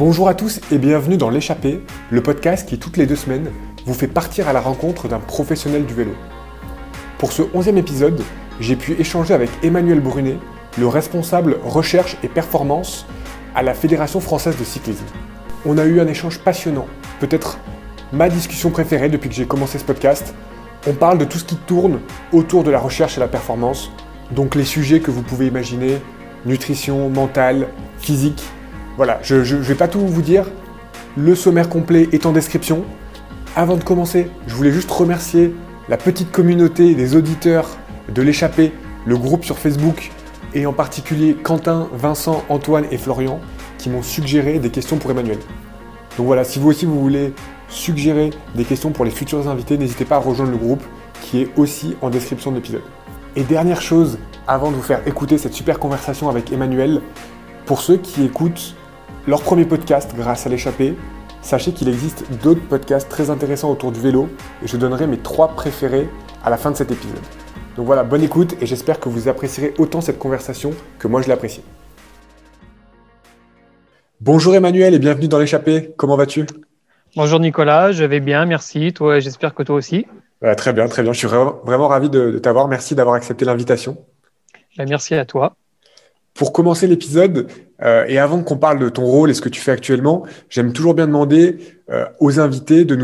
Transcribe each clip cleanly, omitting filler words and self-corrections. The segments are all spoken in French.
Bonjour à tous et bienvenue dans L'échappée, le podcast qui toutes les 2 semaines vous fait partir à la rencontre d'un professionnel du vélo. Pour ce 11e épisode, j'ai pu échanger avec Emmanuel Brunet, le responsable recherche et performance à la Fédération française de cyclisme. On a eu un échange passionnant, peut-être ma discussion préférée depuis que j'ai commencé ce podcast. On parle de tout ce qui tourne autour de la recherche et la performance, donc les sujets que vous pouvez imaginer, nutrition, mental, physique. Voilà, je ne vais pas tout vous dire, le sommaire complet est en description. Avant de commencer, je voulais juste remercier la petite communauté des auditeurs de L'échappée, le groupe sur Facebook, et en particulier Quentin, Vincent, Antoine et Florian, qui m'ont suggéré des questions pour Emmanuel. Donc voilà, si vous aussi vous voulez suggérer des questions pour les futurs invités, n'hésitez pas à rejoindre le groupe qui est aussi en description de l'épisode. Et dernière chose, avant de vous faire écouter cette super conversation avec Emmanuel, pour ceux qui écoutent leur premier podcast grâce à L'échappée, sachez qu'il existe d'autres podcasts très intéressants autour du vélo et je donnerai mes 3 préférés à la fin de cet épisode. Donc voilà, bonne écoute et j'espère que vous apprécierez autant cette conversation que moi je l'ai appréciée. Bonjour Emmanuel et bienvenue dans L'échappée, comment vas-tu ? Bonjour Nicolas, je vais bien, merci. Toi, j'espère que toi aussi. Très bien, je suis vraiment ravi de t'avoir, merci d'avoir accepté l'invitation. Merci à toi. Pour commencer l'épisode, et avant qu'on parle de ton rôle et ce que tu fais actuellement, j'aime toujours bien demander aux invités de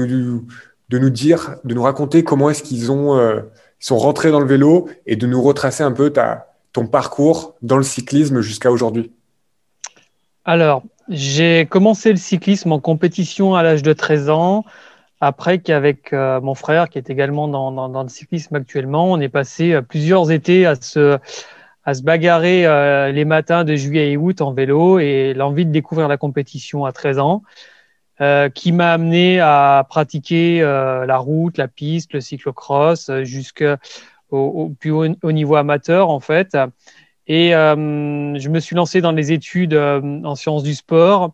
nous raconter comment est-ce qu'ils sont rentrés dans le vélo et de nous retracer un peu ton parcours dans le cyclisme jusqu'à aujourd'hui. Alors, j'ai commencé le cyclisme en compétition à l'âge de 13 ans. Après qu'avec mon frère, qui est également dans le cyclisme actuellement, on est passé plusieurs étés à se bagarrer les matins de juillet et août en vélo et l'envie de découvrir la compétition à 13 ans qui m'a amené à pratiquer la route, la piste, le cyclocross jusqu'au plus haut niveau amateur en fait. Et je me suis lancé dans les études en sciences du sport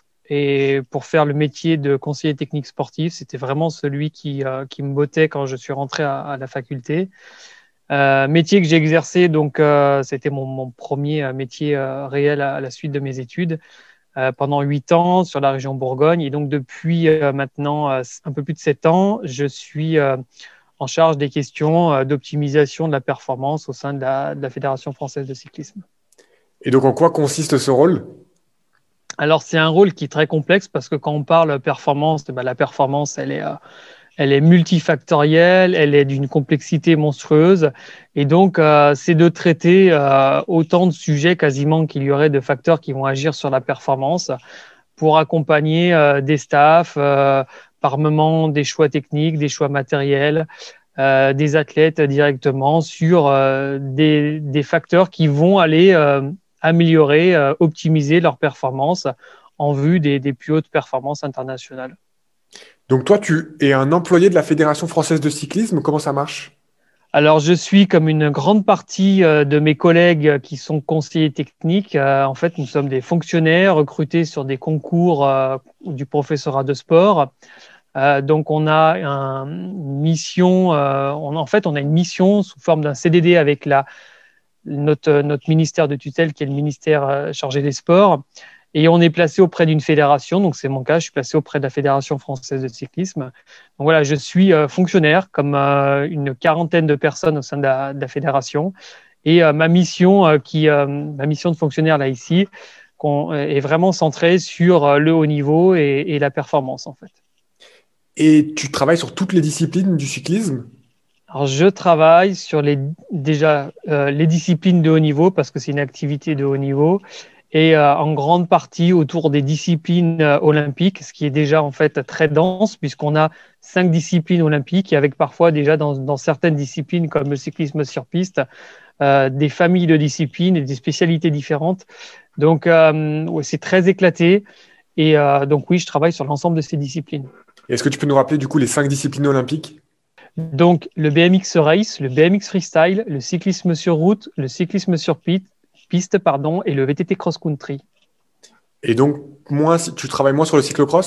et pour faire le métier de conseiller technique sportif. C'était vraiment celui qui me bottait quand je suis rentré à la faculté. Métier que j'ai exercé, donc c'était mon premier métier réel à la suite de mes études pendant 8 ans sur la région Bourgogne. Et donc depuis maintenant un peu plus de 7 ans, je suis en charge des questions d'optimisation de la performance au sein de la Fédération française de cyclisme. Et donc en quoi consiste ce rôle ? Alors c'est un rôle qui est très complexe parce que quand on parle performance, la performance elle est multifactorielle, elle est d'une complexité monstrueuse. Et donc, c'est de traiter autant de sujets quasiment qu'il y aurait de facteurs qui vont agir sur la performance pour accompagner des staffs, par moment des choix techniques, des choix matériels, des athlètes directement sur des facteurs qui vont aller améliorer, optimiser leur performance en vue des plus hautes performances internationales. Donc toi, tu es un employé de la Fédération française de cyclisme, comment ça marche ? Alors, je suis comme une grande partie de mes collègues qui sont conseillers techniques. En fait, nous sommes des fonctionnaires recrutés sur des concours du professorat de sport. Donc, on a une mission. On a une mission sous forme d'un CDD avec notre ministère de tutelle, qui est le ministère chargé des sports. Et on est placé auprès d'une fédération, donc c'est mon cas, je suis placé auprès de la Fédération française de cyclisme. Donc voilà, je suis fonctionnaire comme une quarantaine de personnes au sein de la fédération. Et ma mission de fonctionnaire là ici est vraiment centrée sur le haut niveau et la performance en fait. Et tu travailles sur toutes les disciplines du cyclisme ? Alors je travaille sur les disciplines de haut niveau parce que c'est une activité de haut niveau. Et en grande partie autour des disciplines olympiques, ce qui est déjà en fait très dense puisqu'on a 5 disciplines olympiques et avec parfois déjà dans certaines disciplines comme le cyclisme sur piste, des familles de disciplines et des spécialités différentes. Donc c'est très éclaté et donc oui, je travaille sur l'ensemble de ces disciplines. Est-ce que tu peux nous rappeler du coup les 5 disciplines olympiques ? Donc le BMX Race, le BMX Freestyle, le cyclisme sur route, le cyclisme sur piste, et le VTT cross-country. Et donc, tu travailles moins sur le cyclocross ?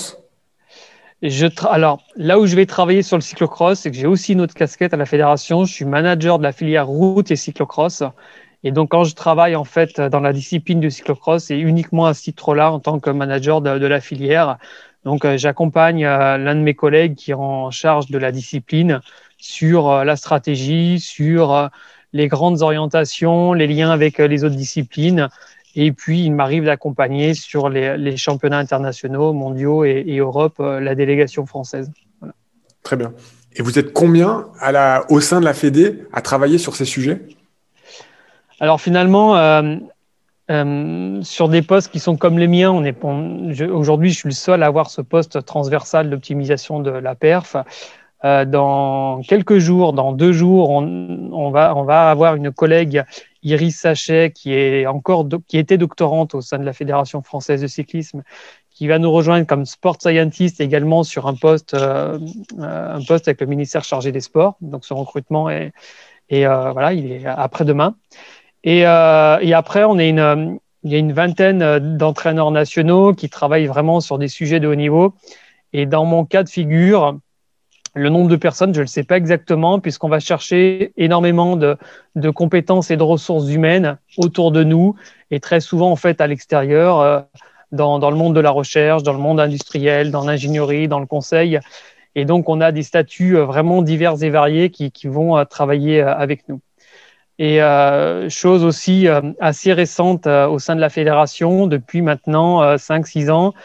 Alors, là où je vais travailler sur le cyclocross, c'est que j'ai aussi une autre casquette à la fédération. Je suis manager de la filière route et cyclocross. Et donc, quand je travaille en fait dans la discipline du cyclocross, c'est uniquement à ce titre-là en tant que manager de la filière. Donc, j'accompagne l'un de mes collègues qui est en charge de la discipline sur la stratégie, sur les grandes orientations, les liens avec les autres disciplines. Et puis, il m'arrive d'accompagner sur les championnats internationaux, mondiaux et Europe, la délégation française. Voilà. Très bien. Et vous êtes combien au sein de la Fédé à travailler sur ces sujets? Alors finalement, sur des postes qui sont comme les miens, aujourd'hui, je suis le seul à avoir ce poste transversal d'optimisation de la perf. Dans quelques jours, dans 2 jours, on va avoir une collègue, Iris Sachet, qui était doctorante au sein de la Fédération française de cyclisme, qui va nous rejoindre comme sport scientist également sur un poste avec le ministère chargé des sports. Donc ce recrutement voilà, il est après-demain. Et après, il y a une vingtaine d'entraîneurs nationaux qui travaillent vraiment sur des sujets de haut niveau. Et dans mon cas de figure, le nombre de personnes, je ne le sais pas exactement, puisqu'on va chercher énormément de compétences et de ressources humaines autour de nous, et très souvent en fait à l'extérieur, dans le monde de la recherche, dans le monde industriel, dans l'ingénierie, dans le conseil. Et donc, on a des statuts vraiment divers et variés qui vont travailler avec nous. Et chose aussi assez récente au sein de la fédération, depuis maintenant 5-6 ans,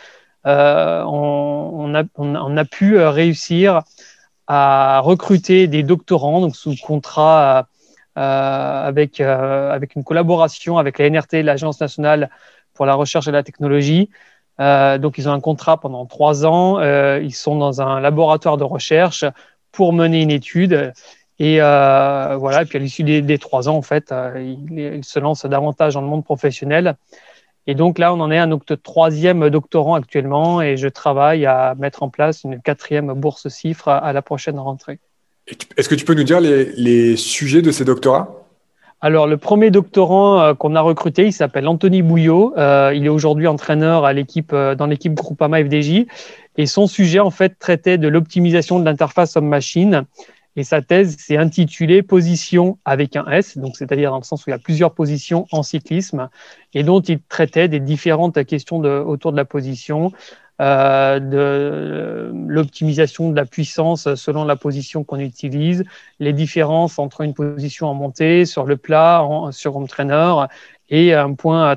on a pu réussir à recruter des doctorants donc sous contrat avec une collaboration avec la NRT, l'Agence nationale pour la recherche et la technologie. Donc, ils ont un contrat pendant 3 ans. Ils sont dans un laboratoire de recherche pour mener une étude. Et voilà, puis à l'issue des 3 ans, en fait, il se lance davantage dans le monde professionnel. Et donc là, on en est à notre 3e doctorant actuellement et je travaille à mettre en place une 4e bourse CIFRE à la prochaine rentrée. Est-ce que tu peux nous dire les sujets de ces doctorats? Alors, le premier doctorant qu'on a recruté, il s'appelle Anthony Bouillot. Il est aujourd'hui entraîneur dans l'équipe Groupama FDJ. Et son sujet, en fait, traitait de l'optimisation de l'interface homme-machine. Et sa thèse s'est intitulée Position avec un S, donc c'est-à-dire dans le sens où il y a plusieurs positions en cyclisme, et dont il traitait des différentes questions autour de la position, de l'optimisation de la puissance selon la position qu'on utilise, les différences entre une position en montée, sur le plat, sur home trainer, et un point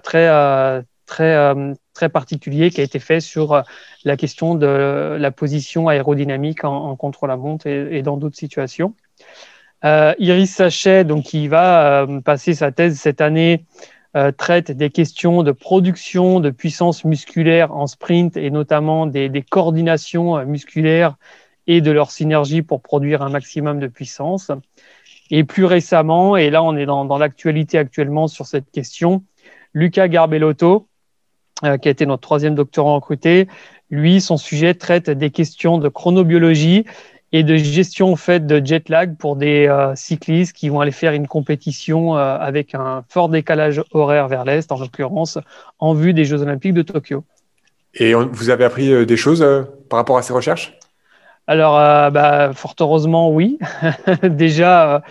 très particulier qui a été fait sur la question de la position aérodynamique en contre-la-montre et dans d'autres situations. Iris Sachet, donc, qui va passer sa thèse cette année, traite des questions de production de puissance musculaire en sprint et notamment des coordinations musculaires et de leur synergie pour produire un maximum de puissance. Et plus récemment, et là on est dans l'actualité actuellement sur cette question, Luca Garbellotto, qui a été notre 3e doctorant recruté, lui, son sujet traite des questions de chronobiologie et de gestion en fait de jet lag pour des cyclistes qui vont aller faire une compétition avec un fort décalage horaire vers l'Est, en l'occurrence, en vue des Jeux Olympiques de Tokyo. Et vous avez appris des choses par rapport à ces recherches? Alors, fort heureusement, oui. Déjà,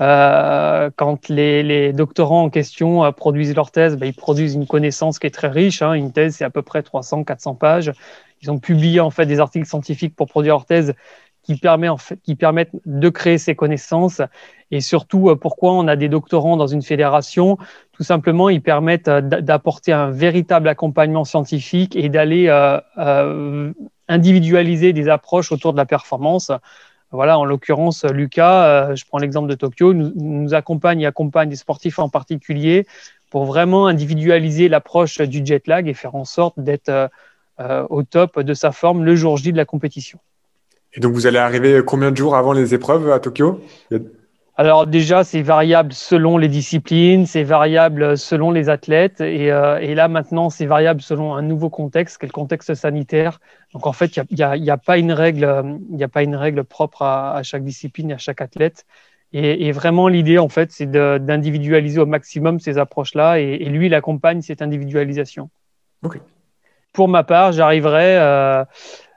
quand les doctorants en question produisent leur thèse, ils produisent une connaissance qui est très riche. Une thèse, c'est à peu près 300-400 pages. Ils ont publié en fait des articles scientifiques pour produire leur thèse qui permettent de créer ces connaissances. Et surtout, pourquoi on a des doctorants dans une fédération? Tout simplement, ils permettent d'apporter un véritable accompagnement scientifique et d'aller individualiser des approches autour de la performance. Voilà, en l'occurrence, Lucas, je prends l'exemple de Tokyo, nous accompagne et accompagne des sportifs en particulier pour vraiment individualiser l'approche du jet lag et faire en sorte d'être au top de sa forme le jour J de la compétition. Et donc, vous allez arriver combien de jours avant les épreuves à Tokyo? Alors déjà, c'est variable selon les disciplines, c'est variable selon les athlètes et là maintenant, c'est variable selon un nouveau contexte, qui est le contexte sanitaire. Donc en fait, il y a pas une règle propre à chaque discipline et à chaque athlète. Et vraiment, l'idée, en fait, c'est d'individualiser au maximum ces approches-là et lui, il accompagne cette individualisation. Okay. Pour ma part, j'arriverai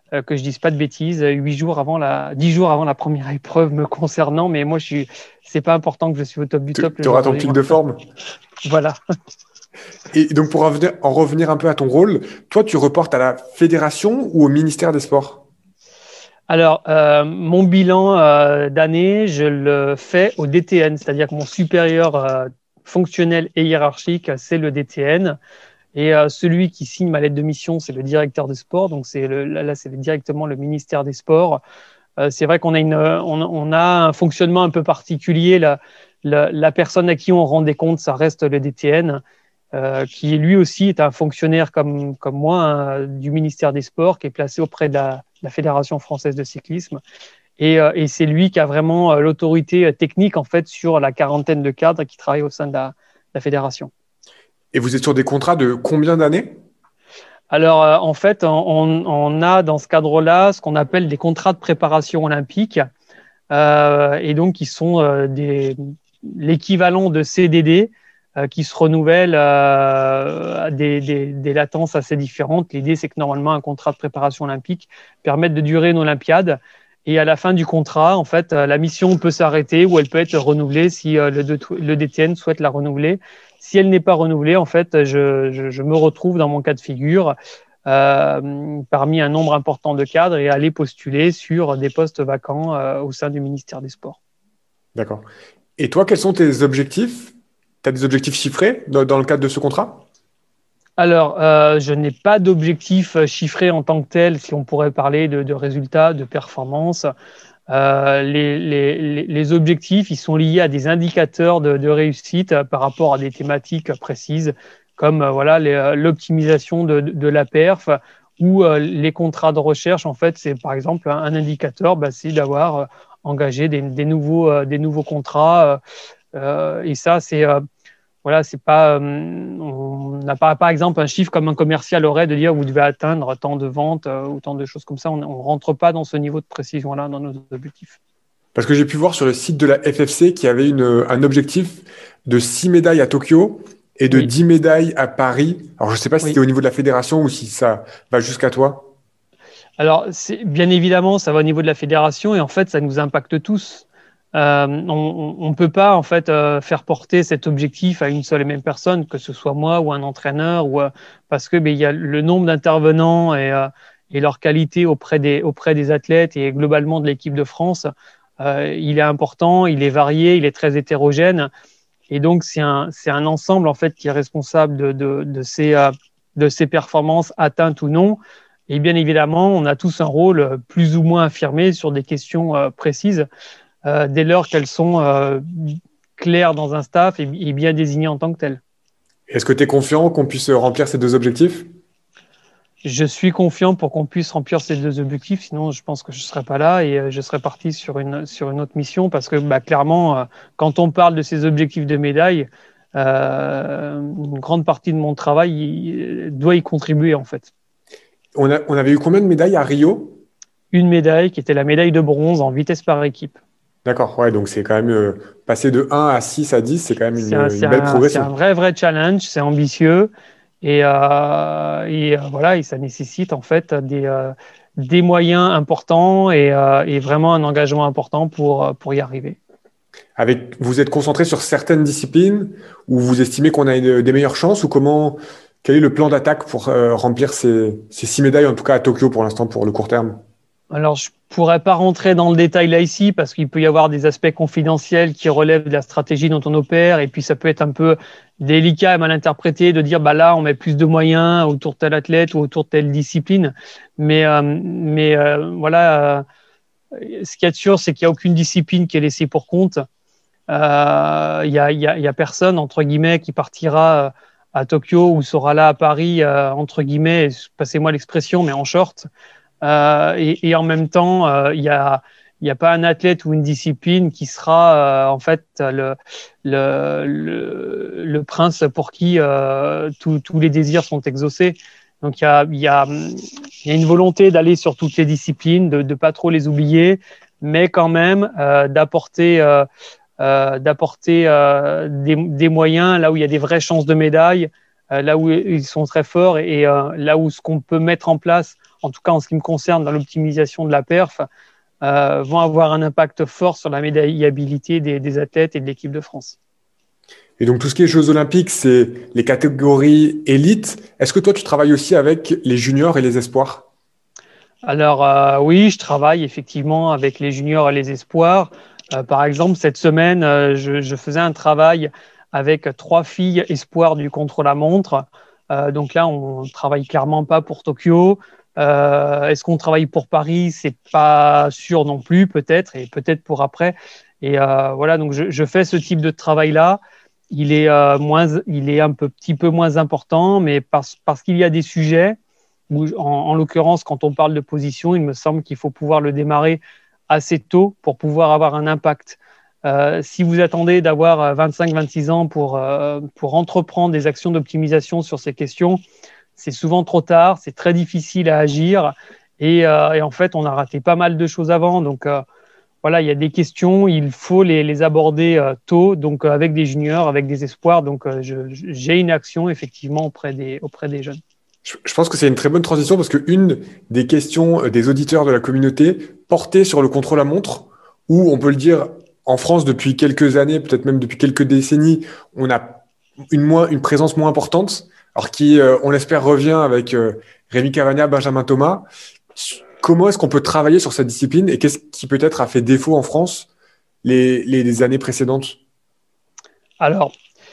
que je dise pas de bêtises, 10 jours avant la première épreuve me concernant, mais moi c'est pas important que je suis au top du top le Tu auras jour ton J. pic de forme. Voilà. Et donc, pour en revenir un peu à ton rôle, toi, tu reportes à la fédération ou au ministère des Sports? Alors, mon bilan d'année, je le fais au DTN, c'est-à-dire que mon supérieur fonctionnel et hiérarchique, c'est le DTN. Et celui qui signe ma lettre de mission, c'est le directeur des sports. Donc, là, c'est directement le ministère des Sports. C'est vrai qu'on a, on a un fonctionnement un peu particulier. La personne à qui on rend des comptes, ça reste le DTN. Qui lui aussi est un fonctionnaire comme moi du ministère des Sports, qui est placé auprès de la Fédération française de cyclisme. Et c'est lui qui a vraiment l'autorité technique en fait sur la quarantaine de cadres qui travaillent au sein de la fédération. Et vous êtes sur des contrats de combien d'années? Alors, en fait, on a dans ce cadre-là ce qu'on appelle des contrats de préparation olympique, et donc qui sont l'équivalent de CDD, qui se renouvellent à des latences assez différentes. L'idée, c'est que normalement, un contrat de préparation olympique permette de durer une Olympiade. Et à la fin du contrat, en fait, la mission peut s'arrêter ou elle peut être renouvelée si le DTN souhaite la renouveler. Si elle n'est pas renouvelée, en fait, je me retrouve dans mon cas de figure parmi un nombre important de cadres et aller postuler sur des postes vacants au sein du ministère des Sports. D'accord. Et toi, quels sont tes objectifs? Tu as des objectifs chiffrés dans le cadre de ce contrat? Alors, je n'ai pas d'objectif chiffré en tant que tel, si on pourrait parler de résultats, de performances. Les objectifs, ils sont liés à des indicateurs de réussite par rapport à des thématiques précises, comme l'optimisation de la perf ou les contrats de recherche. En fait, c'est par exemple un indicateur, c'est d'avoir engagé des nouveaux contrats. Et ça, c'est pas, on n'a pas, par exemple, un chiffre comme un commercial aurait de dire vous devez atteindre tant de ventes ou tant de choses comme ça. On ne rentre pas dans ce niveau de précision-là dans nos objectifs. Parce que j'ai pu voir sur le site de la FFC qu'il y avait un objectif de 6 médailles à Tokyo et de Oui, 10 médailles à Paris. Alors, je ne sais pas si c'était oui. au niveau de la fédération ou si ça va jusqu'à toi. Alors, bien évidemment, ça va au niveau de la fédération et en fait, ça nous impacte tous. On ne peut pas en fait faire porter cet objectif à une seule et même personne, que ce soit moi ou un entraîneur, parce que il y a le nombre d'intervenants et leur qualité auprès des athlètes et globalement de l'équipe de France. Il est important, il est varié, il est très hétérogène. Et donc, c'est un ensemble en fait qui est responsable de ces performances atteintes ou non. Et bien évidemment, on a tous un rôle plus ou moins affirmé sur des questions précises, dès lors qu'elles sont claires dans un staff et bien désignées en tant que telles. Est-ce que tu es confiant qu'on puisse remplir ces deux objectifs? Je suis confiant pour qu'on puisse remplir ces deux objectifs, sinon je pense que je ne serais pas là et je serais parti sur une autre mission parce que clairement, quand on parle de ces objectifs de médaille, une grande partie de mon travail doit y contribuer en fait. On avait eu combien de médailles à Rio? Une médaille qui était la médaille de bronze en vitesse par équipe. D'accord, ouais, donc c'est quand même passer de 1 à 6 à 10, c'est quand même une belle C'est un progression. vrai challenge, c'est ambitieux et voilà, et ça nécessite en fait des moyens importants et vraiment un engagement important pour y arriver. Vous êtes concentré sur certaines disciplines où vous estimez qu'on a des meilleures chances ou quel est le plan d'attaque pour remplir ces 6 médailles, en tout cas à Tokyo pour l'instant, pour le court terme? Alors, je ne pourrais pas rentrer dans le détail là ici parce qu'il peut y avoir des aspects confidentiels qui relèvent de la stratégie dont on opère et puis ça peut être un peu délicat et mal interprété de dire là, on met plus de moyens autour de tel athlète ou autour de telle discipline. Mais voilà, ce qu'il y a de sûr, c'est qu'il n'y a aucune discipline qui est laissée pour compte. Il y a personne, entre guillemets, qui partira à Tokyo ou sera là à Paris, entre guillemets, passez-moi l'expression, mais en short. Et en même temps, il y a pas un athlète ou une discipline qui sera en fait le prince pour qui tous les désirs sont exaucés. Donc il y a une volonté d'aller sur toutes les disciplines, de pas trop les oublier, mais quand même d'apporter des moyens là où il y a des vraies chances de médaille, là où ils sont très forts et là où ce qu'on peut mettre en place en tout cas en ce qui me concerne, dans l'optimisation de la perf, vont avoir un impact fort sur la médaillabilité des athlètes et de l'équipe de France. Et donc, tout ce qui est Jeux Olympiques, c'est les catégories élites. Est-ce que toi, tu travailles aussi avec les juniors et les espoirs? Alors, oui, je travaille effectivement avec les juniors et les espoirs. Par exemple, cette semaine, je faisais un travail avec 3 filles espoirs du contre-la-montre. Donc là, on ne travaille clairement pas pour Tokyo. Est-ce qu'on travaille pour Paris? C'est pas sûr non plus, peut-être, et peut-être pour après. Et voilà, donc je fais ce type de travail-là. Il est un petit peu moins important, mais parce qu'il y a des sujets où, en l'occurrence, quand on parle de position, il me semble qu'il faut pouvoir le démarrer assez tôt pour pouvoir avoir un impact. Si vous attendez d'avoir 25-26 ans pour entreprendre des actions d'optimisation sur ces questions, c'est souvent trop tard, c'est très difficile à agir et en fait, on a raté pas mal de choses avant. Donc, voilà, il y a des questions, il faut les aborder tôt, donc avec des juniors, avec des espoirs. Donc, j'ai une action effectivement auprès des jeunes. Je pense que c'est une très bonne transition parce qu'une des questions des auditeurs de la communauté portait sur le contre-la-montre, où on peut le dire, en France, depuis quelques années, peut-être même depuis quelques décennies, on a une présence moins importante, alors qui, on l'espère, revient avec Rémi Cavagna, Benjamin Thomas. Comment est-ce qu'on peut travailler sur cette discipline et qu'est-ce qui peut-être a fait défaut en France les années précédentes? Alors,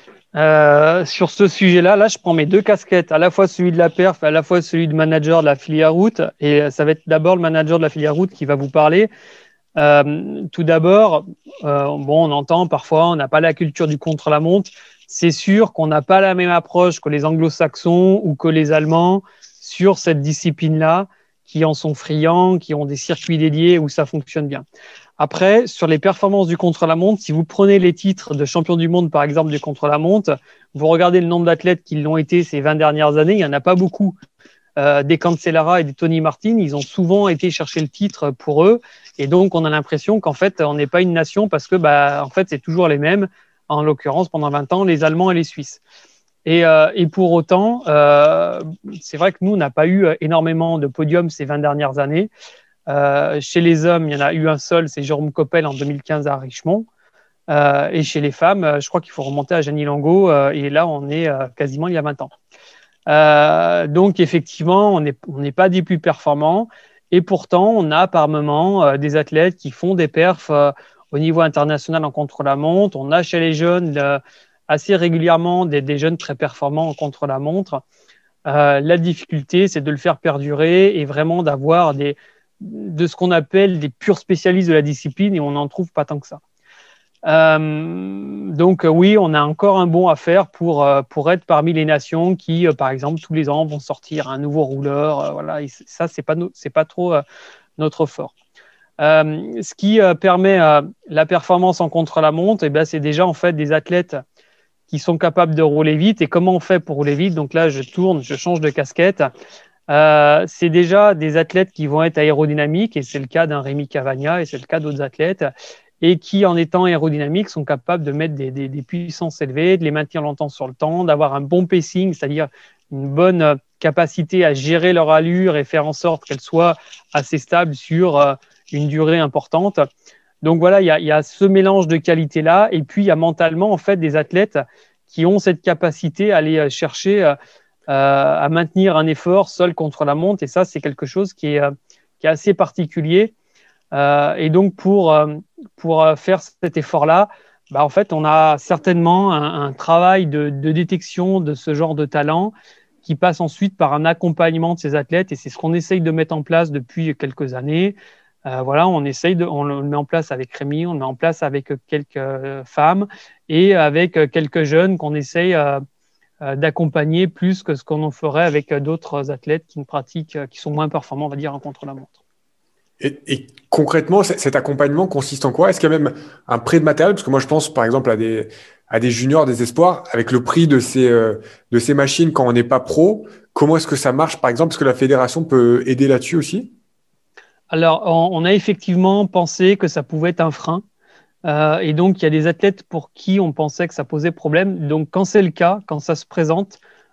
sur ce sujet-là, là, je prends mes 2 casquettes, à la fois celui de la perf, à la fois celui de manager de la filière route. Et ça va être d'abord le manager de la filière route qui va vous parler. Tout d'abord, on entend parfois, on n'a pas la culture du contre-la-montre. C'est sûr qu'on n'a pas la même approche que les anglo-saxons ou que les Allemands sur cette discipline-là, qui en sont friands, qui ont des circuits dédiés où ça fonctionne bien. Après, sur les performances du contre-la-montre, si vous prenez les titres de champion du monde, par exemple, du contre-la-montre, vous regardez le nombre d'athlètes qui l'ont été ces 20 dernières années, il n'y en a pas beaucoup. Des Cancellara et des Tony Martin, ils ont souvent été chercher le titre pour eux. Et donc, on a l'impression qu'en fait, on n'est pas une nation parce que, en fait, c'est toujours les mêmes. En l'occurrence, pendant 20 ans, les Allemands et les Suisses. Et pour autant, c'est vrai que nous, on n'a pas eu énormément de podiums ces 20 dernières années. Chez les hommes, il y en a eu un seul, c'est Jérôme Coppel en 2015 à Richmond. Et chez les femmes, je crois qu'il faut remonter à Jeannie Langot. Et là, on est quasiment il y a 20 ans. Donc, effectivement, on n'est pas des plus performants. Et pourtant, on a par moment des athlètes qui font des perfs au niveau international en contre-la-montre. On a chez les jeunes assez régulièrement des jeunes très performants en contre-la-montre. La difficulté, c'est de le faire perdurer et vraiment d'avoir de ce qu'on appelle des purs spécialistes de la discipline, et on n'en trouve pas tant que ça. Donc oui, on a encore un bond à faire pour être parmi les nations qui, par exemple, tous les ans vont sortir un nouveau rouleur. Voilà, et ça, c'est pas trop notre fort. Ce qui permet la performance en contre-la-montre, c'est déjà en fait des athlètes qui sont capables de rouler vite. Et comment on fait pour rouler vite? Donc là, je change de casquette. C'est déjà des athlètes qui vont être aérodynamiques, et c'est le cas d'un Rémi Cavagna, et c'est le cas d'autres athlètes, et qui, en étant aérodynamiques, sont capables de mettre des puissances élevées, de les maintenir longtemps sur le temps, d'avoir un bon pacing, c'est-à-dire une bonne capacité à gérer leur allure et faire en sorte qu'elle soit assez stable sur une durée importante. Donc voilà, il y a ce mélange de qualités-là, et puis il y a mentalement en fait des athlètes qui ont cette capacité à aller chercher à maintenir un effort seul contre la montre, et ça c'est quelque chose qui est assez particulier. Et donc pour faire cet effort-là, en fait on a certainement un travail de détection de ce genre de talent qui passe ensuite par un accompagnement de ces athlètes, et c'est ce qu'on essaye de mettre en place depuis quelques années. Voilà, on le met en place avec Rémi, on le met en place avec quelques femmes et avec quelques jeunes qu'on essaye d'accompagner plus que ce qu'on en ferait avec d'autres athlètes qui sont moins performants, on va dire, en contre-la-montre. Et concrètement, cet accompagnement consiste en quoi? Est-ce qu'il y a même un prêt de matériel? Parce que moi, je pense par exemple à des juniors, des espoirs, avec le prix de ces machines quand on n'est pas pro. Comment est-ce que ça marche, par exemple? Est-ce que la fédération peut aider là-dessus aussi? Alors, on a effectivement pensé que ça pouvait être un frein. Et donc, il y a des athlètes pour qui on pensait que ça posait problème. Donc, quand c'est le cas, quand ça se présente,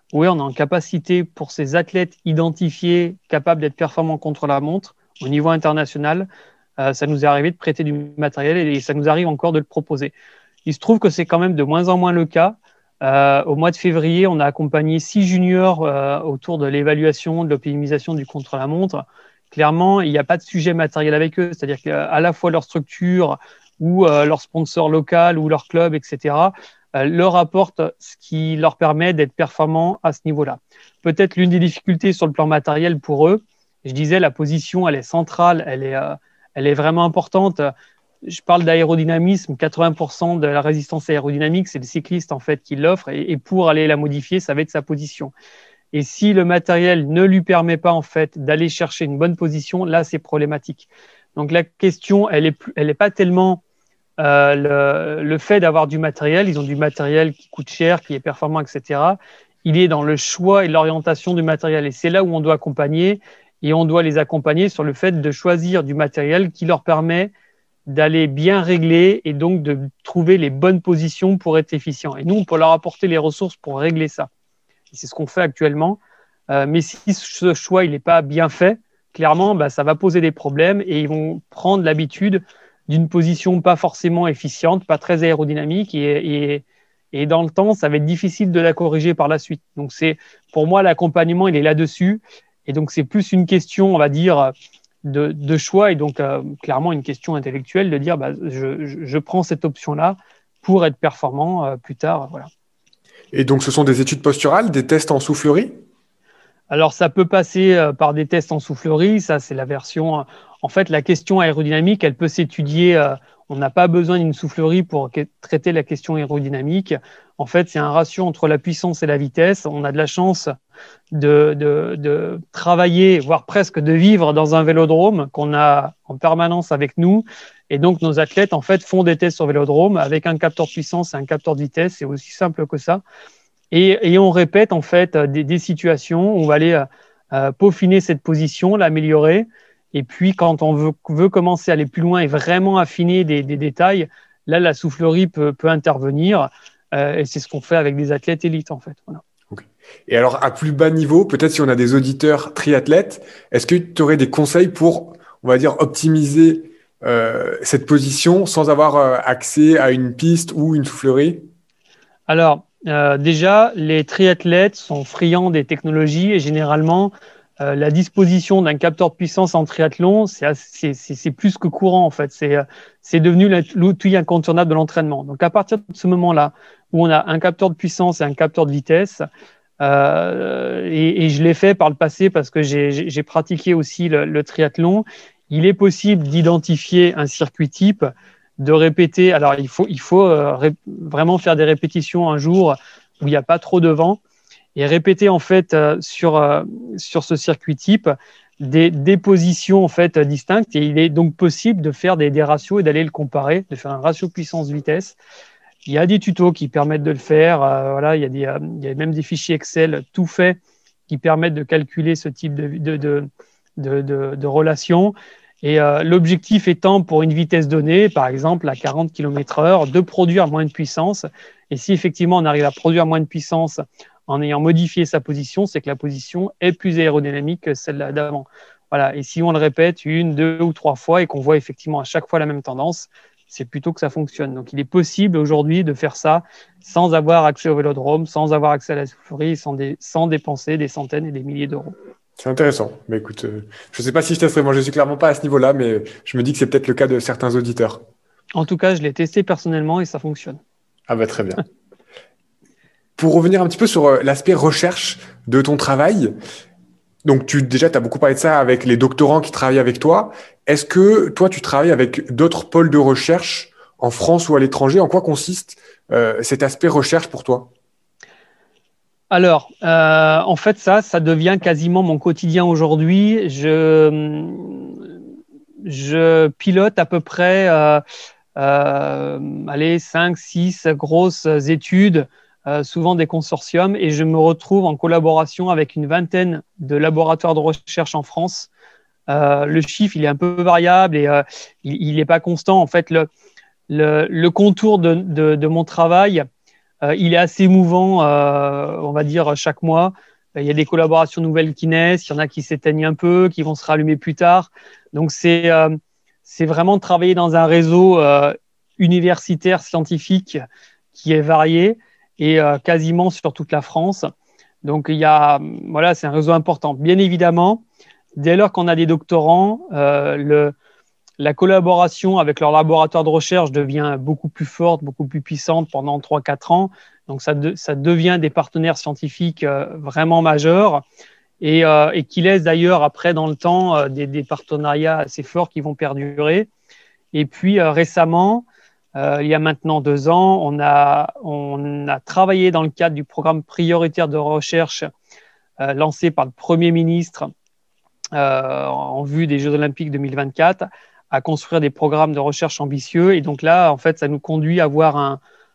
Oui, on est en capacité pour ces athlètes identifiés, capables d'être performants contre la montre au niveau international. Ça nous est arrivé de prêter du matériel et ça nous arrive encore de le proposer. Il se trouve que c'est quand même de moins en moins le cas. Au mois de février, on a accompagné 6 juniors autour de l'évaluation, de l'optimisation du contre-la-montre. Clairement, il n'y a pas de sujet matériel avec eux, c'est-à-dire qu'à la fois leur structure ou leur sponsor local ou leur club, etc., leur apporte ce qui leur permet d'être performants à ce niveau-là. Peut-être l'une des difficultés sur le plan matériel pour eux, je disais, la position, elle est centrale, elle est vraiment importante. Je parle d'aérodynamisme, 80% de la résistance aérodynamique, c'est le cycliste en fait qui l'offre et pour aller la modifier, ça va être sa position. Et si le matériel ne lui permet pas en fait d'aller chercher une bonne position, là c'est problématique. Donc la question, elle est pas tellement le fait d'avoir du matériel. Ils ont du matériel qui coûte cher, qui est performant, etc. Il est dans le choix et l'orientation du matériel. Et c'est là où on doit accompagner et on doit les accompagner sur le fait de choisir du matériel qui leur permet d'aller bien régler et donc de trouver les bonnes positions pour être efficient. Et nous, on peut leur apporter les ressources pour régler ça. Et c'est ce qu'on fait actuellement. Mais si ce choix il n'est pas bien fait, clairement, ça va poser des problèmes et ils vont prendre l'habitude d'une position pas forcément efficiente, pas très aérodynamique et dans le temps, ça va être difficile de la corriger par la suite. Donc, pour moi, l'accompagnement, il est là-dessus. Et donc, c'est plus une question, on va dire, de choix et donc clairement une question intellectuelle de dire je prends cette option-là pour être performant plus tard. Voilà. Et donc, ce sont des études posturales, des tests en soufflerie? Alors, ça peut passer par des tests en soufflerie. Ça, c'est la version. En fait, la question aérodynamique, elle peut s'étudier. On n'a pas besoin d'une soufflerie pour traiter la question aérodynamique. En fait, c'est un ratio entre la puissance et la vitesse. On a de la chance de travailler, voire presque de vivre dans un vélodrome qu'on a en permanence avec nous. Et donc, nos athlètes, en fait, font des tests sur vélodrome avec un capteur de puissance et un capteur de vitesse. C'est aussi simple que ça. Et on répète en fait des situations où on va aller peaufiner cette position, l'améliorer. Et puis, quand on veut commencer à aller plus loin et vraiment affiner des détails, là, la soufflerie peut intervenir. Et c'est ce qu'on fait avec des athlètes élites, en fait. Voilà. Okay. Et alors, à plus bas niveau, peut-être si on a des auditeurs triathlètes, est-ce que tu aurais des conseils pour, on va dire, optimiser cette position sans avoir accès à une piste ou une soufflerie? Alors, déjà, les triathlètes sont friands des technologies et généralement, la disposition d'un capteur de puissance en triathlon, c'est plus que courant en fait. C'est devenu l'outil incontournable de l'entraînement. Donc, à partir de ce moment-là, où on a un capteur de puissance et un capteur de vitesse, et je l'ai fait par le passé parce que j'ai pratiqué aussi le triathlon, il est possible d'identifier un circuit type, de répéter. Alors, il faut vraiment faire des répétitions un jour où il n'y a pas trop de vent et répéter en fait sur ce circuit type des positions en fait distinctes. Et il est donc possible de faire des ratios et d'aller le comparer, de faire un ratio puissance-vitesse. Il y a des tutos qui permettent de le faire. Voilà, il y a même des fichiers Excel tout faits qui permettent de calculer ce type de relation. Et l'objectif étant pour une vitesse donnée, par exemple à 40 km/h, de produire moins de puissance. Et si effectivement on arrive à produire moins de puissance en ayant modifié sa position, c'est que la position est plus aérodynamique que celle d'avant. Voilà. Et si on le répète 1, 2 ou 3 fois et qu'on voit effectivement à chaque fois la même tendance, c'est plutôt que ça fonctionne. Donc il est possible aujourd'hui de faire ça sans avoir accès au vélodrome, sans avoir accès à la soufflerie, sans dépenser des centaines et des milliers d'euros. C'est intéressant. Mais écoute, je ne sais pas si je testerai. Moi, je ne suis clairement pas à ce niveau-là, mais je me dis que c'est peut-être le cas de certains auditeurs. En tout cas, je l'ai testé personnellement et ça fonctionne. Ah bah très bien. Pour revenir un petit peu sur l'aspect recherche de ton travail, donc tu as beaucoup parlé de ça avec les doctorants qui travaillent avec toi. Est-ce que toi, tu travailles avec d'autres pôles de recherche en France ou à l'étranger? En quoi consiste cet aspect recherche pour toi? Alors, en fait, ça devient quasiment mon quotidien aujourd'hui. Je pilote à peu près 5, 6 grosses études, souvent des consortiums, et je me retrouve en collaboration avec une vingtaine de laboratoires de recherche en France. Le chiffre, il est un peu variable et il n'est pas constant. En fait, le contour de mon travail Il est assez mouvant, on va dire, chaque mois. Il y a des collaborations nouvelles qui naissent, il y en a qui s'éteignent un peu, qui vont se rallumer plus tard. Donc, c'est vraiment travailler dans un réseau universitaire, scientifique, qui est varié et quasiment sur toute la France. Donc, voilà, c'est un réseau important. Bien évidemment, dès lors qu'on a des doctorants, la collaboration avec leur laboratoire de recherche devient beaucoup plus forte, beaucoup plus puissante pendant 3-4 ans. Donc, ça devient des partenaires scientifiques vraiment majeurs et qui laissent d'ailleurs après dans le temps des partenariats assez forts qui vont perdurer. Et puis récemment, il y a maintenant 2 ans, on a travaillé dans le cadre du programme prioritaire de recherche lancé par le Premier ministre en vue des Jeux Olympiques 2024 à construire des programmes de recherche ambitieux. Et donc là, en fait, ça nous conduit à avoir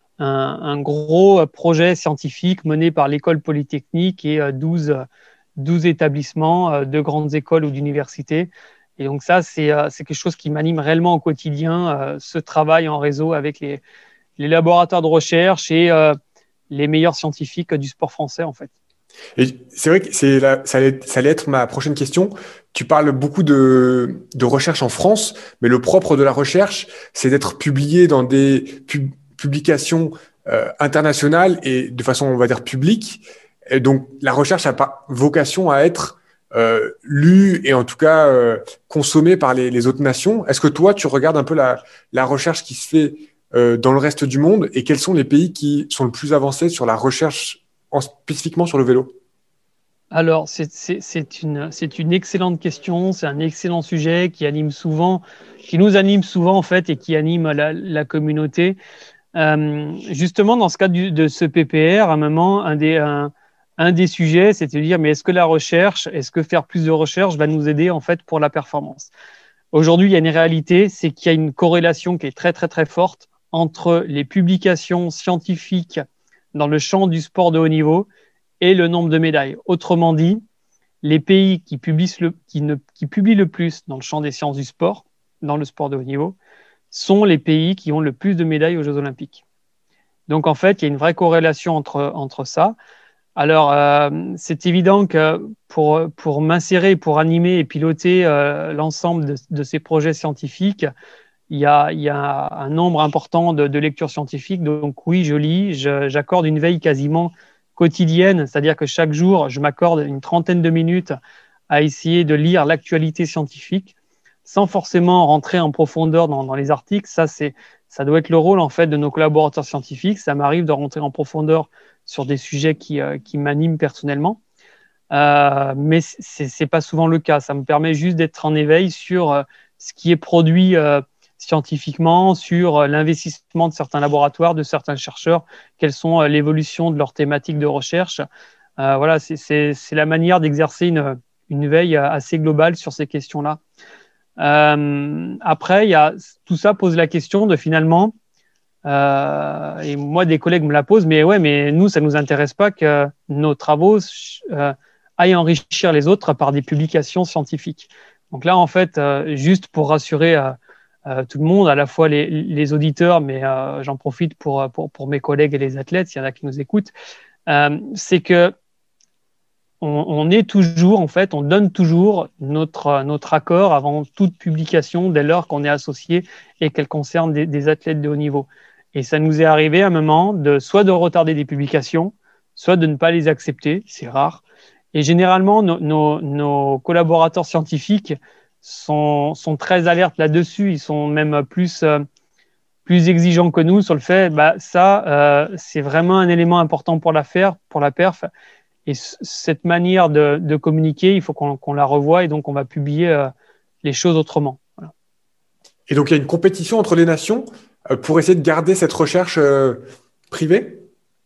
un gros projet scientifique mené par l'École polytechnique et 12 établissements de grandes écoles ou d'universités. Et donc ça, c'est quelque chose qui m'anime réellement au quotidien, ce travail en réseau avec les laboratoires de recherche et les meilleurs scientifiques du sport français, en fait. Et c'est vrai que ça allait être ma prochaine question. Tu parles beaucoup de recherche en France, mais le propre de la recherche, c'est d'être publié dans des publications internationales et de façon, on va dire, publique. Et donc, la recherche n'a pas vocation à être lue et en tout cas consommée par les autres nations. Est-ce que toi, tu regardes un peu la recherche qui se fait dans le reste du monde et quels sont les pays qui sont le plus avancés sur la recherche spécifiquement sur le vélo? Alors, c'est une excellente question, c'est un excellent sujet qui nous anime souvent en fait et qui anime la communauté. Justement, dans ce cadre de ce PPR, à un moment, un des sujets, c'est de dire, mais est-ce que faire plus de recherche va nous aider en fait pour la performance? Aujourd'hui, il y a une réalité, c'est qu'il y a une corrélation qui est très, très, très forte entre les publications scientifiques dans le champ du sport de haut niveau et le nombre de médailles. Autrement dit, les pays qui publient le plus dans le champ des sciences du sport, dans le sport de haut niveau, sont les pays qui ont le plus de médailles aux Jeux Olympiques. Donc, en fait, il y a une vraie corrélation entre ça. Alors, c'est évident que pour m'insérer, pour animer et piloter l'ensemble de ces projets scientifiques, il y a un nombre important de lectures scientifiques. Donc oui, je lis, j'accorde une veille quasiment quotidienne, c'est-à-dire que chaque jour, je m'accorde une trentaine de minutes à essayer de lire l'actualité scientifique sans forcément rentrer en profondeur dans les articles. Ça doit être le rôle en fait de nos collaborateurs scientifiques. Ça m'arrive de rentrer en profondeur sur des sujets qui m'animent personnellement. Mais c'est pas souvent le cas. Ça me permet juste d'être en éveil sur ce qui est produit scientifiquement, sur l'investissement de certains laboratoires, de certains chercheurs, quelles sont l'évolution de leurs thématiques de recherche. Voilà, c'est la manière d'exercer une veille assez globale sur ces questions-là. Après, tout ça pose la question de finalement, et moi des collègues me la posent, mais ouais, mais nous, ça ne nous intéresse pas que nos travaux aillent enrichir les autres par des publications scientifiques. Donc là, en fait, juste pour rassurer tout le monde, à la fois les auditeurs, mais j'en profite pour mes collègues et les athlètes, s'il y en a qui nous écoutent, c'est que on est toujours, en fait, on donne toujours notre accord avant toute publication dès lors qu'on est associé et qu'elle concerne des athlètes de haut niveau. Et ça nous est arrivé à un moment soit de retarder des publications, soit de ne pas les accepter, c'est rare. Et généralement, nos collaborateurs scientifiques sont très alertes là-dessus. Ils sont même plus exigeants que nous sur le fait, c'est vraiment un élément important pour la perf. Et cette manière de communiquer, il faut qu'on la revoie et donc on va publier les choses autrement. Voilà. Et donc, il y a une compétition entre les nations pour essayer de garder cette recherche privée?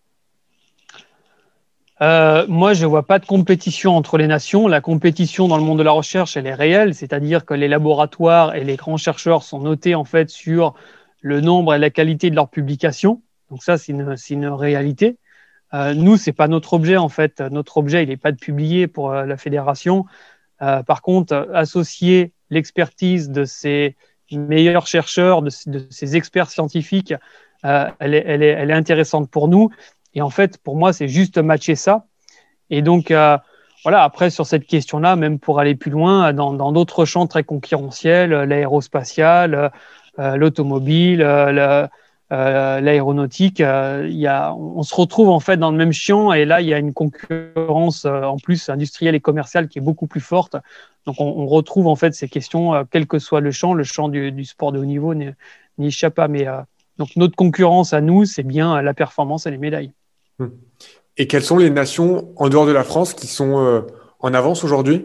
Moi, je ne vois pas de compétition entre les nations. La compétition dans le monde de la recherche, elle est réelle, c'est-à-dire que les laboratoires et les grands chercheurs sont notés en fait sur le nombre et la qualité de leurs publications. Donc ça, c'est une réalité. Nous, c'est pas notre objet en fait. Notre objet, il n'est pas de publier pour la fédération. Par contre, associer l'expertise de ces meilleurs chercheurs, de ces experts scientifiques elle est intéressante pour nous. Et en fait, pour moi, c'est juste matcher ça. Et donc, voilà, après, sur cette question-là, même pour aller plus loin, dans d'autres champs très concurrentiels, l'aérospatial, l'automobile, l'aéronautique, on se retrouve en fait dans le même champ et là, il y a une concurrence en plus industrielle et commerciale qui est beaucoup plus forte. Donc, on retrouve en fait ces questions, quel que soit le champ du sport de haut niveau n'y échappe pas. Mais donc, notre concurrence à nous, c'est bien la performance et les médailles. Et quelles sont les nations en dehors de la France qui sont en avance aujourd'hui?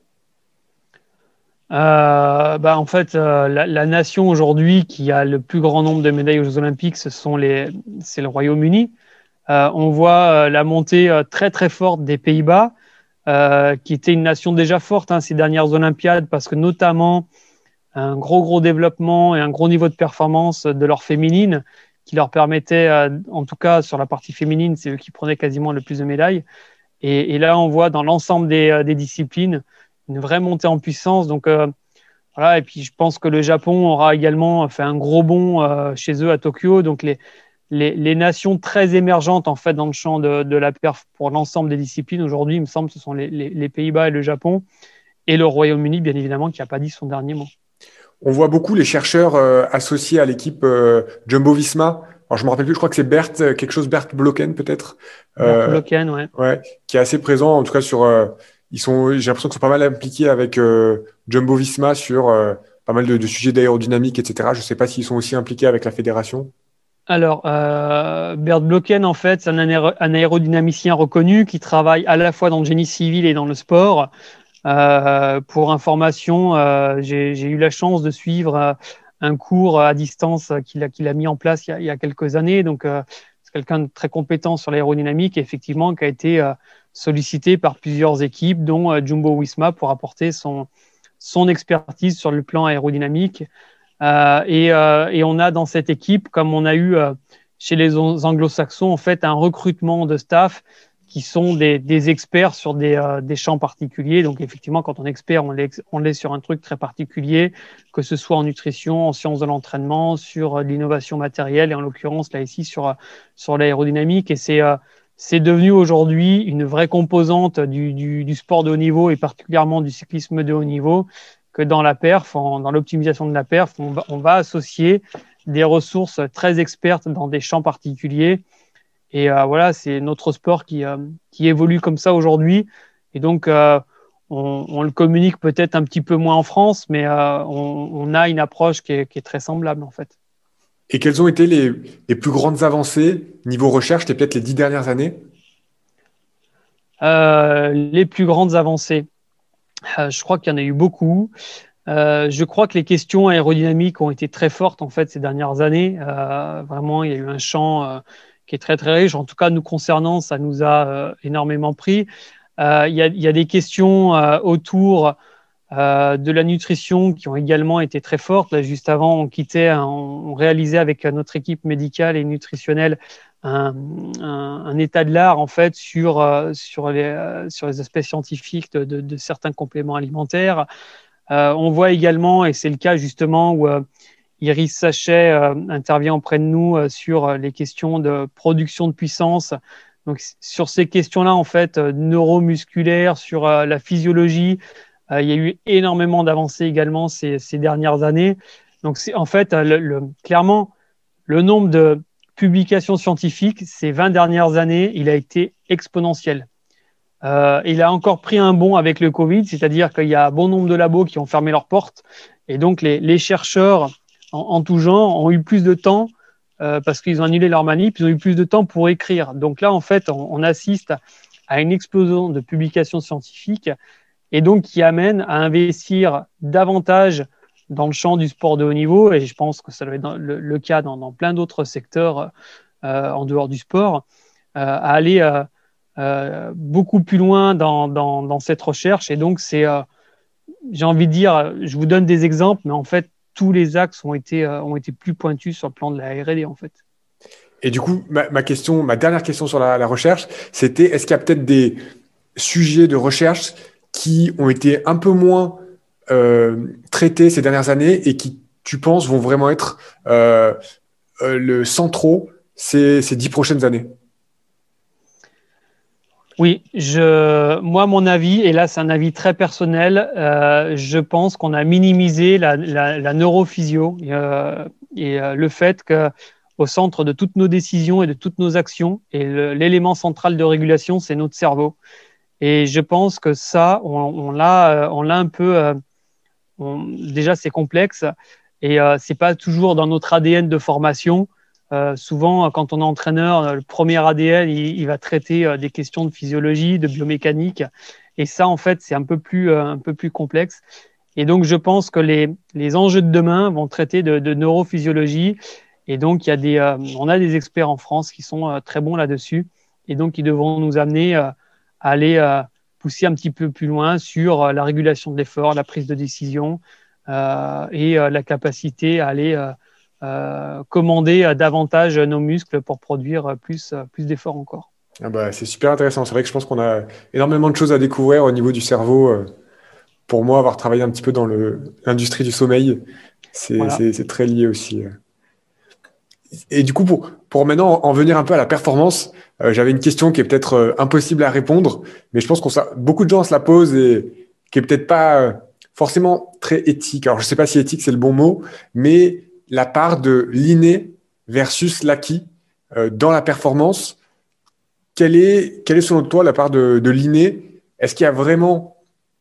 En fait, la nation aujourd'hui qui a le plus grand nombre de médailles aux Jeux Olympiques, c'est le Royaume-Uni. On voit la montée très très forte des Pays-Bas, qui était une nation déjà forte ces dernières Olympiades, parce que notamment un gros développement et un gros niveau de performance de leur féminine, qui leur permettait, en tout cas sur la partie féminine, c'est eux qui prenaient quasiment le plus de médailles. Et là, on voit dans l'ensemble des disciplines une vraie montée en puissance. Donc, voilà. Et puis, je pense que le Japon aura également fait un gros bond chez eux à Tokyo. Donc, les nations très émergentes en fait dans le champ de la perf pour l'ensemble des disciplines aujourd'hui, il me semble, ce sont les Pays-Bas et le Japon et le Royaume-Uni, bien évidemment, qui n'a pas dit son dernier mot. On voit beaucoup les chercheurs associés à l'équipe Jumbo-Visma. Alors, je me rappelle plus, je crois que c'est Bert Blocken peut-être, Bert Blocken, ouais. ouais, qui est assez présent, en tout cas j'ai l'impression qu'ils sont pas mal impliqués avec Jumbo-Visma sur pas mal de sujets d'aérodynamique, etc. Je ne sais pas s'ils sont aussi impliqués avec la fédération. Alors, Bert Blocken, en fait, c'est un aérodynamicien reconnu qui travaille à la fois dans le génie civil et dans le sport. Pour information, j'ai eu la chance de suivre un cours à distance qu'il a mis en place il y a quelques années. Donc, c'est quelqu'un de très compétent sur l'aérodynamique, effectivement, qui a été sollicité par plusieurs équipes, dont Jumbo-Visma, pour apporter son expertise sur le plan aérodynamique. Et on a dans cette équipe, comme on a eu chez les anglo-saxons, en fait, un recrutement de staff qui sont des experts sur des champs particuliers. Donc, effectivement, quand on est expert, on l'est sur un truc très particulier, que ce soit en nutrition, en sciences de l'entraînement, sur l'innovation matérielle, et en l'occurrence, là, ici, sur l'aérodynamique. Et c'est devenu aujourd'hui une vraie composante du sport de haut niveau, et particulièrement du cyclisme de haut niveau, que dans la perf, dans l'optimisation de la perf, on va associer des ressources très expertes dans des champs particuliers. Et voilà, c'est notre sport qui évolue comme ça aujourd'hui. Et donc, on le communique peut-être un petit peu moins en France, mais on a une approche qui est très semblable, en fait. Et quelles ont été les plus grandes avancées niveau recherche, peut-être les 10 dernières années? Les plus grandes avancées, je crois qu'il y en a eu beaucoup. Je crois que les questions aérodynamiques ont été très fortes en fait ces dernières années. Vraiment, il y a eu un champ qui est très très riche. En tout cas, nous concernant, ça nous a énormément pris. Il y a des questions autour de la nutrition qui ont également été très fortes. Là, juste avant, on réalisait avec notre équipe médicale et nutritionnelle un état de l'art en fait sur les aspects scientifiques de certains compléments alimentaires. On voit également, et c'est le cas justement où Iris Sachet intervient auprès de nous sur les questions de production de puissance. Donc, sur ces questions-là, en fait, neuromusculaires, sur la physiologie, il y a eu énormément d'avancées également ces dernières années. Donc, c'est en fait, clairement, le nombre de publications scientifiques ces 20 dernières années, il a été exponentiel. Il a encore pris un bond avec le Covid, c'est-à-dire qu'il y a un bon nombre de labos qui ont fermé leurs portes. Et donc, les chercheurs en tout genre ont eu plus de temps parce qu'ils ont annulé leur manip, ils ont eu plus de temps pour écrire. Donc là, en fait, on assiste à une explosion de publications scientifiques et donc qui amène à investir davantage dans le champ du sport de haut niveau. Et je pense que ça doit être le cas dans plein d'autres secteurs en dehors du sport, à aller beaucoup plus loin dans cette recherche. Et donc, j'ai envie de dire, je vous donne des exemples, mais en fait, tous les axes ont été plus pointus sur le plan de la R&D, en fait. Et du coup, ma dernière question sur la recherche, c'était est-ce qu'il y a peut-être des sujets de recherche qui ont été un peu moins traités ces dernières années et qui, tu penses, vont vraiment être le centraux ces 10 prochaines années? Oui, moi, mon avis, et là c'est un avis très personnel, je pense qu'on a minimisé la neurophysio et le fait qu'au centre de toutes nos décisions et de toutes nos actions, et l'élément central de régulation, c'est notre cerveau. Et je pense que ça, on l'a un peu. Déjà, c'est complexe et c'est pas toujours dans notre ADN de formation. Souvent, quand on est entraîneur, le premier ADN, il va traiter des questions de physiologie, de biomécanique. Et ça, en fait, c'est un peu plus complexe. Et donc, je pense que les enjeux de demain vont traiter de neurophysiologie. Et donc, on a des experts en France qui sont très bons là-dessus. Et donc, ils devront nous amener à aller pousser un petit peu plus loin sur la régulation de l'effort, la prise de décision et la capacité à aller commander davantage nos muscles pour produire plus d'efforts encore. Ah bah, c'est super intéressant. C'est vrai que je pense qu'on a énormément de choses à découvrir au niveau du cerveau. Pour moi, avoir travaillé un petit peu dans l'industrie du sommeil, Voilà. c'est très lié aussi. Et du coup, pour maintenant en venir un peu à la performance, j'avais une question qui est peut-être impossible à répondre, mais je pense beaucoup de gens se la posent et qui est peut-être pas forcément très éthique. Alors, je sais pas si éthique c'est le bon mot, mais la part de l'inné versus l'acquis dans la performance, quelle est selon toi la part de l'inné? Est-ce qu'il y a vraiment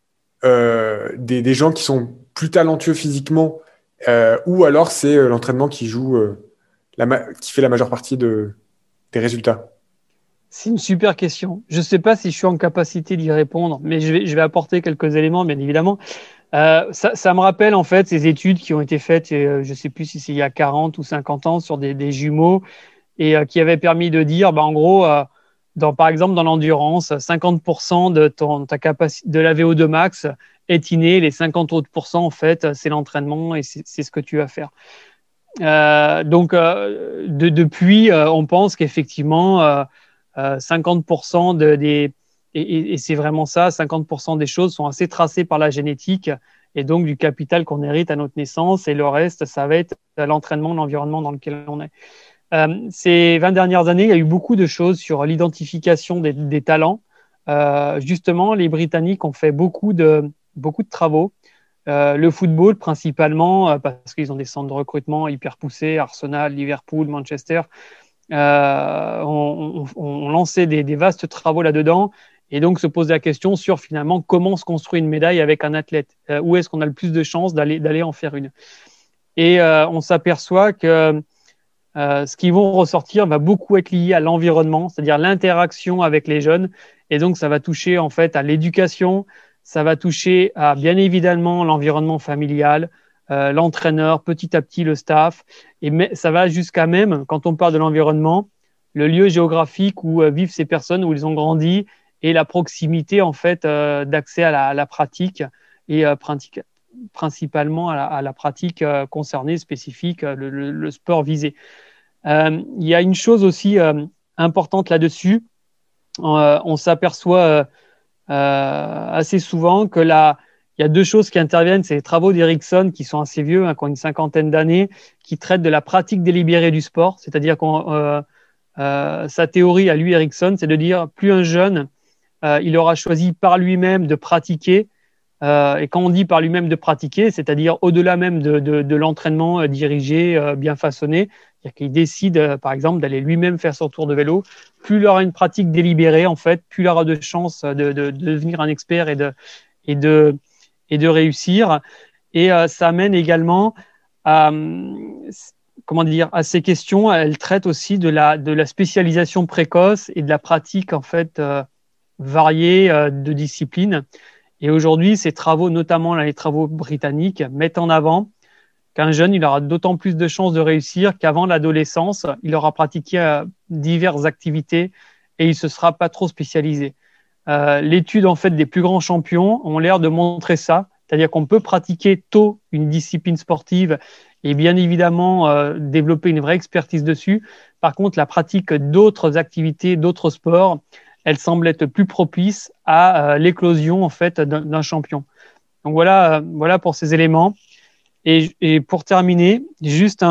des gens qui sont plus talentueux physiquement ou alors c'est l'entraînement qui joue qui fait la majeure partie des résultats? C'est une super question. Je ne sais pas si je suis en capacité d'y répondre, mais je vais apporter quelques éléments, bien évidemment. Ça me rappelle en fait ces études qui ont été faites, je ne sais plus si c'est il y a 40 ou 50 ans, sur des jumeaux et qui avaient permis de dire, en gros, par exemple dans l'endurance, 50% ta capacité de la VO2 max est inné, les 50 autres pourcents, en fait, c'est l'entraînement et c'est ce que tu vas faire. Depuis, on pense qu'effectivement, 50% et c'est vraiment ça, 50% des choses sont assez tracées par la génétique et donc du capital qu'on hérite à notre naissance, et le reste, ça va être l'entraînement, l'environnement dans lequel on est. Ces 20 dernières années, il y a eu beaucoup de choses sur l'identification des talents. Justement, les Britanniques ont fait beaucoup de travaux. Le football principalement, parce qu'ils ont des centres de recrutement hyper poussés, Arsenal, Liverpool, Manchester, on lançait des vastes travaux là-dedans, et donc se pose la question sur finalement comment se construit une médaille avec un athlète, où est-ce qu'on a le plus de chances d'aller en faire une. Et on s'aperçoit que ce qui vont ressortir va beaucoup être lié à l'environnement, c'est-à-dire l'interaction avec les jeunes, et donc ça va toucher en fait à l'éducation, ça va toucher à bien évidemment l'environnement familial, l'entraîneur, petit à petit le staff, et ça va jusqu'à même, quand on parle de l'environnement, le lieu géographique où vivent ces personnes, où ils ont grandi, et la proximité en fait d'accès à la pratique et principalement à la pratique concernée, spécifique, le sport visé. Il y a une chose aussi importante là-dessus. On s'aperçoit assez souvent que il y a deux choses qui interviennent. C'est les travaux d'Erickson qui sont assez vieux, qui ont une cinquantaine d'années, qui traitent de la pratique délibérée du sport. C'est-à-dire que sa théorie à lui, Erickson, c'est de dire plus un jeune, il aura choisi par lui-même de pratiquer. Et quand on dit par lui-même de pratiquer, c'est-à-dire au-delà même de l'entraînement dirigé, bien façonné, c'est-à-dire qu'il décide, par exemple, d'aller lui-même faire son tour de vélo, plus il aura une pratique délibérée, en fait, plus il aura de chances de devenir un expert et de réussir. Et ça amène également à, à ces questions. Elle traite aussi de la spécialisation précoce et de la pratique, en fait, variée de disciplines. Et aujourd'hui, ces travaux, notamment les travaux britanniques, mettent en avant qu'un jeune, il aura d'autant plus de chances de réussir qu'avant l'adolescence, il aura pratiqué diverses activités et il ne se sera pas trop spécialisé. L'étude en fait des plus grands champions ont l'air de montrer ça, c'est-à-dire qu'on peut pratiquer tôt une discipline sportive et bien évidemment développer une vraie expertise dessus. Par contre, la pratique d'autres activités, d'autres sports, elle semble être plus propice à l'éclosion en fait d'un champion. Donc voilà pour ces éléments. Et pour terminer, juste un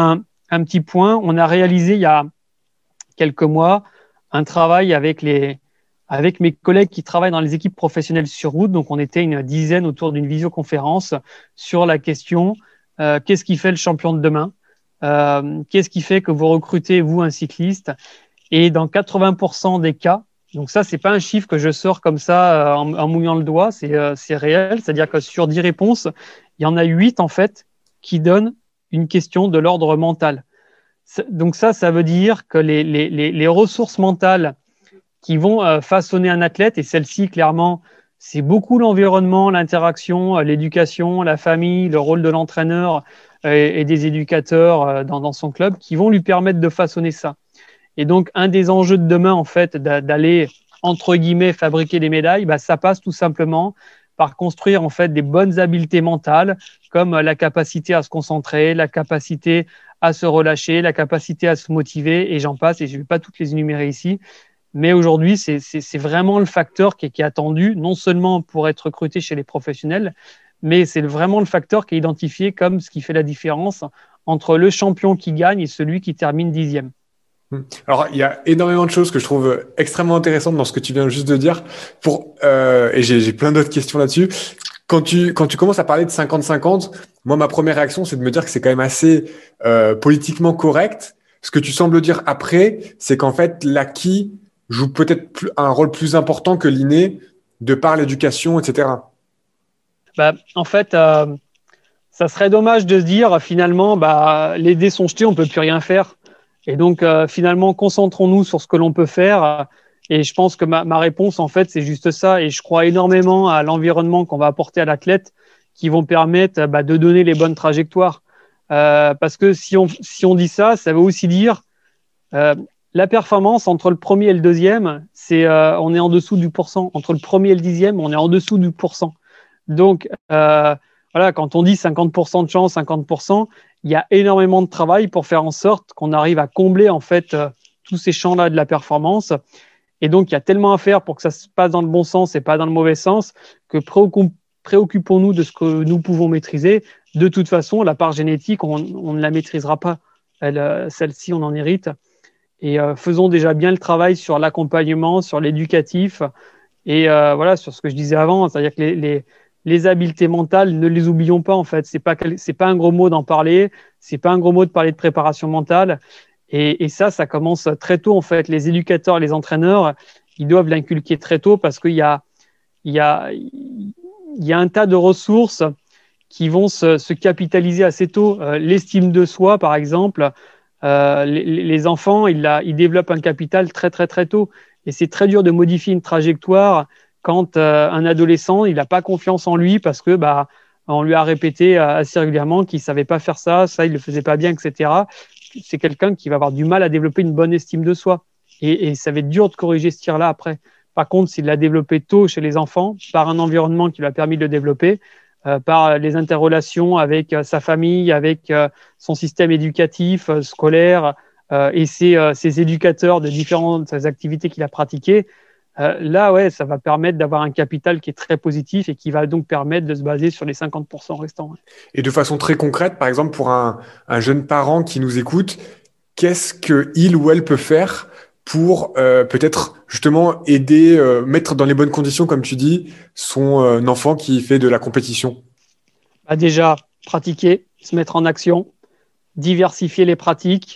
un petit point. On a réalisé il y a quelques mois un travail avec mes collègues qui travaillent dans les équipes professionnelles sur route. Donc, on était une dizaine autour d'une visioconférence sur la question qu'est-ce qui fait le champion de demain? Qu'est-ce qui fait que vous recrutez, vous, un cycliste? Et dans 80% des cas, donc ça, c'est pas un chiffre que je sors comme ça en mouillant le doigt, c'est réel. C'est-à-dire que sur 10 réponses, il y en a 8 en fait qui donnent une question de l'ordre mental. Donc ça veut dire que les ressources mentales qui vont façonner un athlète, et celle-ci, clairement, c'est beaucoup l'environnement, l'interaction, l'éducation, la famille, le rôle de l'entraîneur et des éducateurs dans son club qui vont lui permettre de façonner ça. Et donc, un des enjeux de demain, en fait, d'aller, entre guillemets, fabriquer des médailles, ça passe tout simplement par construire, en fait, des bonnes habiletés mentales, comme la capacité à se concentrer, la capacité à se relâcher, la capacité à se motiver, et j'en passe, et je ne vais pas toutes les énumérer ici. Mais aujourd'hui, c'est vraiment le facteur qui est attendu, non seulement pour être recruté chez les professionnels, mais c'est vraiment le facteur qui est identifié comme ce qui fait la différence entre le champion qui gagne et celui qui termine 10e. Alors, il y a énormément de choses que je trouve extrêmement intéressantes dans ce que tu viens juste de dire. Et j'ai plein d'autres questions là-dessus. Quand tu commences à parler de 50-50, moi, ma première réaction, c'est de me dire que c'est quand même assez politiquement correct. Ce que tu sembles dire après, c'est qu'en fait, l'acquis joue peut-être un rôle plus important que l'inné de par l'éducation, etc. En fait, ça serait dommage de se dire finalement, les dés sont jetés, on ne peut plus rien faire. Et donc, finalement, concentrons-nous sur ce que l'on peut faire. Et je pense que ma réponse, en fait, c'est juste ça. Et je crois énormément à l'environnement qu'on va apporter à l'athlète qui vont permettre de donner les bonnes trajectoires. Parce que si on dit ça, ça veut aussi dire la performance entre le premier et le deuxième, on est en dessous du pourcent. Entre le premier et le 10e, on est en dessous du pourcent. Donc, voilà, quand on dit 50% de chance, 50%, il y a énormément de travail pour faire en sorte qu'on arrive à combler en fait tous ces champs-là de la performance. Et donc, il y a tellement à faire pour que ça se passe dans le bon sens et pas dans le mauvais sens que préoccupons-nous de ce que nous pouvons maîtriser. De toute façon, la part génétique, on ne la maîtrisera pas. Celle-ci, on en hérite. Et faisons déjà bien le travail sur l'accompagnement, sur l'éducatif et voilà, sur ce que je disais avant, c'est-à-dire que les habiletés mentales, ne les oublions pas en fait. C'est pas un gros mot d'en parler, c'est pas un gros mot de parler de préparation mentale. Et ça commence très tôt en fait. Les éducateurs, les entraîneurs, ils doivent l'inculquer très tôt parce qu'il y a un tas de ressources qui vont se capitaliser assez tôt. L'estime de soi, par exemple, les enfants, ils développent un capital très très très tôt. Et c'est très dur de modifier une trajectoire quand un adolescent, il n'a pas confiance en lui parce que on lui a répété assez régulièrement qu'il ne savait pas faire ça, il ne le faisait pas bien, etc. C'est quelqu'un qui va avoir du mal à développer une bonne estime de soi. Et ça va être dur de corriger ce tir-là après. Par contre, s'il l'a développé tôt chez les enfants, par un environnement qui lui a permis de le développer, par les interrelations avec sa famille, avec son système éducatif, scolaire, et ses éducateurs de différentes activités qu'il a pratiquées, là, ouais, ça va permettre d'avoir un capital qui est très positif et qui va donc permettre de se baser sur les 50% restants. Ouais. Et de façon très concrète, par exemple, pour un jeune parent qui nous écoute, qu'est-ce qu'il ou elle peut faire pour peut-être justement aider, mettre dans les bonnes conditions, comme tu dis, son enfant qui fait de la compétition? Déjà, pratiquer, se mettre en action, diversifier les pratiques,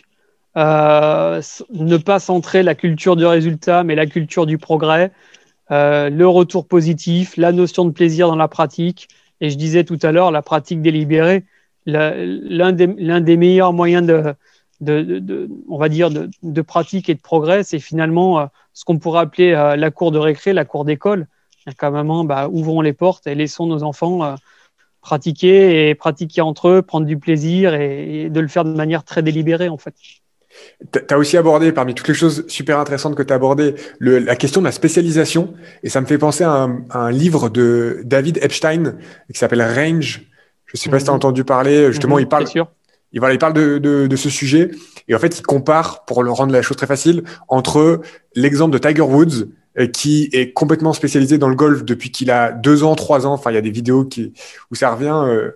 ne pas centrer la culture du résultat, mais la culture du progrès, le retour positif, la notion de plaisir dans la pratique. Et je disais tout à l'heure, la pratique délibérée, l'un des meilleurs moyens on va dire de pratique et de progrès, c'est finalement ce qu'on pourrait appeler la cour de récré, la cour d'école. Quand même, ouvrons les portes et laissons nos enfants pratiquer entre eux, prendre du plaisir et de le faire de manière très délibérée en fait. Tu as aussi abordé, parmi toutes les choses super intéressantes que tu as abordées, la question de la spécialisation. Et ça me fait penser à un livre de David Epstein qui s'appelle Range. Je ne sais pas si tu as entendu parler. Justement, il parle de ce sujet. Et en fait, il compare, pour le rendre la chose très facile, entre l'exemple de Tiger Woods, qui est complètement spécialisé dans le golf depuis qu'il a 2 ans, 3 ans. Enfin, il y a des vidéos où ça revient,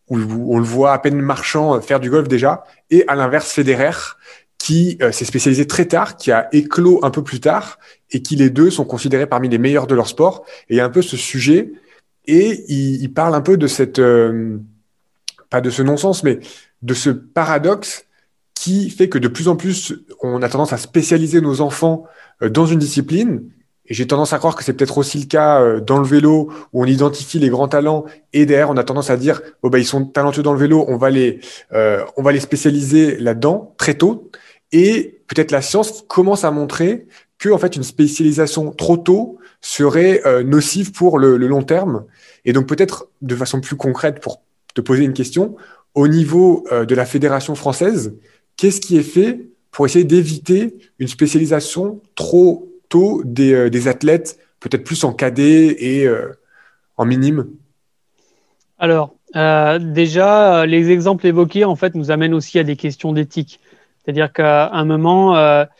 où on le voit à peine marchand faire du golf déjà, et à l'inverse Federer, qui s'est spécialisé très tard, qui a éclos un peu plus tard, et qui les deux sont considérés parmi les meilleurs de leur sport. Et il y a un peu ce sujet, et il parle un peu de cette, pas de ce non-sens, mais de ce paradoxe qui fait que de plus en plus, on a tendance à spécialiser nos enfants dans une discipline. Et j'ai tendance à croire que c'est peut-être aussi le cas dans le vélo, où on identifie les grands talents, et derrière, on a tendance à dire, oh, bah, ils sont talentueux dans le vélo, on va les spécialiser là-dedans très tôt. Et peut-être la science commence à montrer que, en fait, une spécialisation trop tôt serait nocive pour le long terme. Et donc, peut-être de façon plus concrète, pour te poser une question, au niveau de la Fédération française, qu'est-ce qui est fait pour essayer d'éviter une spécialisation trop tôt des athlètes, peut-être plus en cadet et en minime? Alors, déjà, les exemples évoqués, en fait, nous amènent aussi à des questions d'éthique. C'est-à-dire qu'à un moment,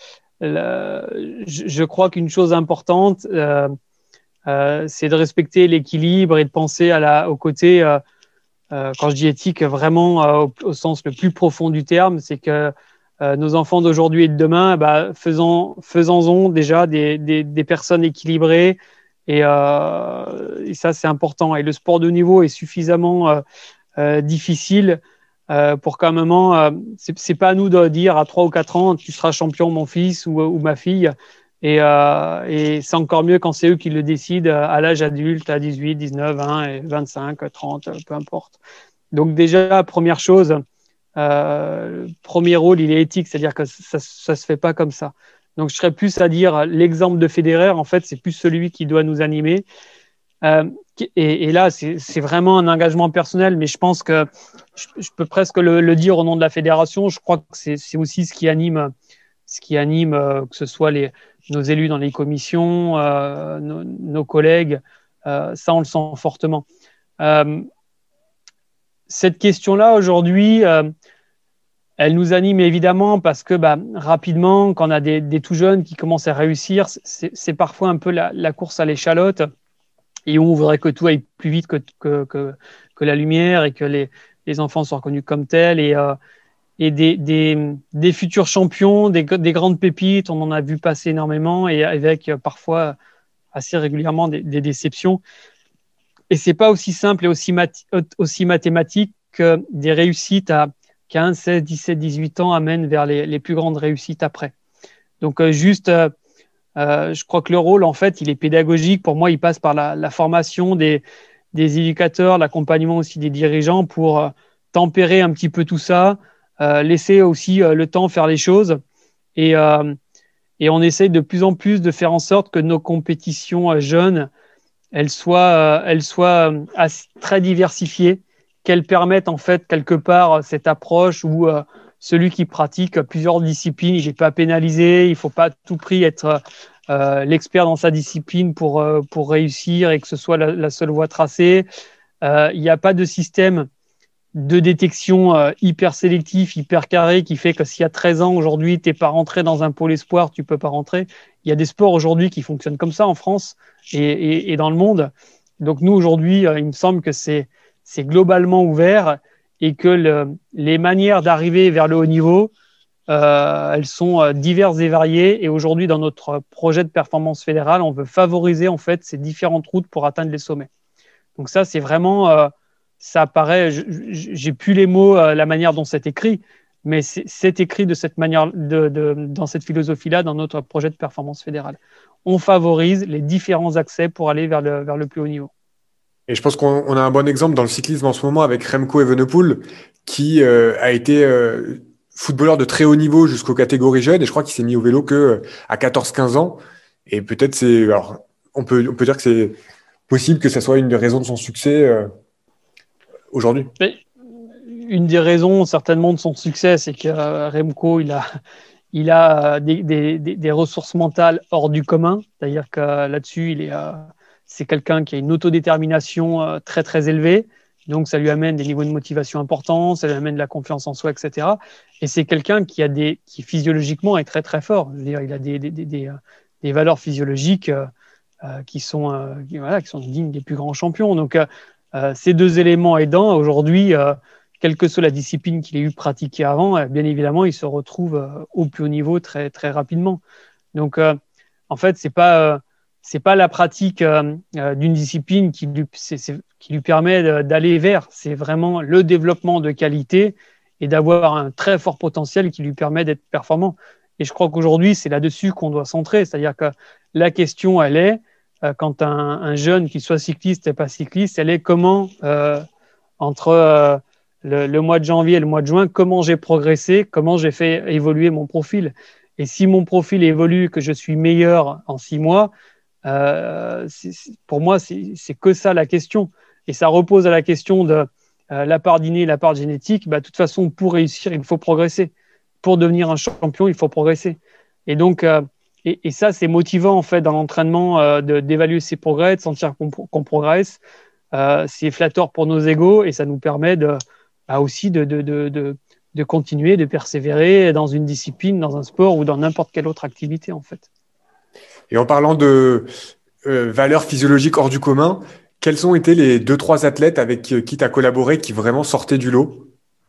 je crois qu'une chose importante, c'est de respecter l'équilibre et de penser au côté, quand je dis éthique, vraiment au sens le plus profond du terme, c'est que nos enfants d'aujourd'hui et de demain, faisons-en déjà des personnes équilibrées, et ça, c'est important. Et le sport de haut niveau est suffisamment difficile pour qu'à un moment, c'est pas à nous de dire à 3 ou 4 ans, tu seras champion, mon fils ou ma fille. Et c'est encore mieux quand c'est eux qui le décident à l'âge adulte, à 18, 19, 20, et 25, 30, peu importe. Donc déjà, première chose, premier rôle, il est éthique, c'est-à-dire que ça se fait pas comme ça. Donc je serais plus à dire l'exemple de Federer, en fait, c'est plus celui qui doit nous animer. Et là, c'est vraiment un engagement personnel, mais je pense que je peux presque le dire au nom de la fédération. Je crois que c'est aussi ce qui anime que ce soit nos élus dans les commissions, nos collègues. Ça, on le sent fortement. Cette question-là, aujourd'hui, elle nous anime évidemment parce que rapidement, quand on a des tout jeunes qui commencent à réussir, c'est parfois un peu la course à l'échalote, et où on voudrait que tout aille plus vite que la lumière, et que les enfants soient reconnus comme tels. Et des futurs champions, des grandes pépites, on en a vu passer énormément, et avec parfois assez régulièrement des déceptions. Et c'est pas aussi simple et aussi mathématique que des réussites à 15, 16, 17, 18 ans amènent vers les plus grandes réussites après. Donc je crois que le rôle, en fait, il est pédagogique. Pour moi, il passe par la formation des éducateurs, l'accompagnement aussi des dirigeants pour tempérer un petit peu tout ça, laisser aussi le temps faire les choses. Et on essaye de plus en plus de faire en sorte que nos compétitions jeunes, elles soient très diversifiées, qu'elles permettent en fait quelque part cette approche où celui qui pratique plusieurs disciplines, il n'est pas pénalisé, il ne faut pas à tout prix être l'expert dans sa discipline pour réussir et que ce soit la seule voie tracée. Il n'y a pas de système de détection hyper sélectif, hyper carré, qui fait que s'il y a 13 ans aujourd'hui, tu n'es pas rentré dans un pôle espoir, tu ne peux pas rentrer. Il y a des sports aujourd'hui qui fonctionnent comme ça en France et dans le monde. Donc nous, aujourd'hui, il me semble que c'est globalement ouvert, et que les manières d'arriver vers le haut niveau, elles sont diverses et variées. Et aujourd'hui, dans notre projet de performance fédérale, on veut favoriser en fait ces différentes routes pour atteindre les sommets. Donc ça, c'est vraiment... ça apparaît, j'ai plus les mots, la manière dont c'est écrit, mais c'est écrit de cette manière, dans cette philosophie-là, dans notre projet de performance fédérale. On favorise les différents accès pour aller vers le plus haut niveau. Et je pense qu'on a un bon exemple dans le cyclisme en ce moment avec Remco Evenepoel, qui a été footballeur de très haut niveau jusqu'aux catégories jeunes, et je crois qu'il s'est mis au vélo que à 14-15 ans. Et peut-être alors, on peut dire que c'est possible que ça soit une des raisons de son succès aujourd'hui. Mais une des raisons certainement de son succès, c'est que Remco, il a des ressources mentales hors du commun. C'est-à-dire que là-dessus, c'est quelqu'un qui a une autodétermination très très élevée. Donc ça lui amène des niveaux de motivation importants, ça lui amène de la confiance en soi, etc. Et c'est quelqu'un qui physiologiquement est très très fort. Je veux dire, il a des valeurs physiologiques qui sont dignes des plus grands champions. Donc ces deux éléments aidants, aujourd'hui, quelle que soit la discipline qu'il ait eu pratiquée avant, bien évidemment, il se retrouve au plus haut niveau très, très rapidement. Donc, en fait, c'est pas la pratique d'une discipline qui lui permet d'aller vers. C'est vraiment le développement de qualité et d'avoir un très fort potentiel qui lui permet d'être performant. Et je crois qu'aujourd'hui, c'est là-dessus qu'on doit centrer. C'est-à-dire que la question, elle est, quand un jeune, qui soit cycliste et pas cycliste, elle est comment, entre le mois de janvier et le mois de juin, comment j'ai progressé, comment j'ai fait évoluer mon profil. Et si mon profil évolue, que je suis meilleur en 6 mois, pour moi, c'est que ça la question. Et ça repose à la question de la part d'inné, la part génétique. De toute façon, pour réussir, il faut progresser. Pour devenir un champion, il faut progresser. Et donc, et ça, c'est motivant en fait dans l'entraînement d'évaluer ses progrès, de sentir qu'on progresse. C'est flatteur pour nos égos et ça nous permet aussi de continuer, de persévérer dans une discipline, dans un sport ou dans n'importe quelle autre activité en fait. Et en parlant de valeurs physiologiques hors du commun, quels ont été les 2-3 athlètes avec qui tu as collaboré qui vraiment sortaient du lot?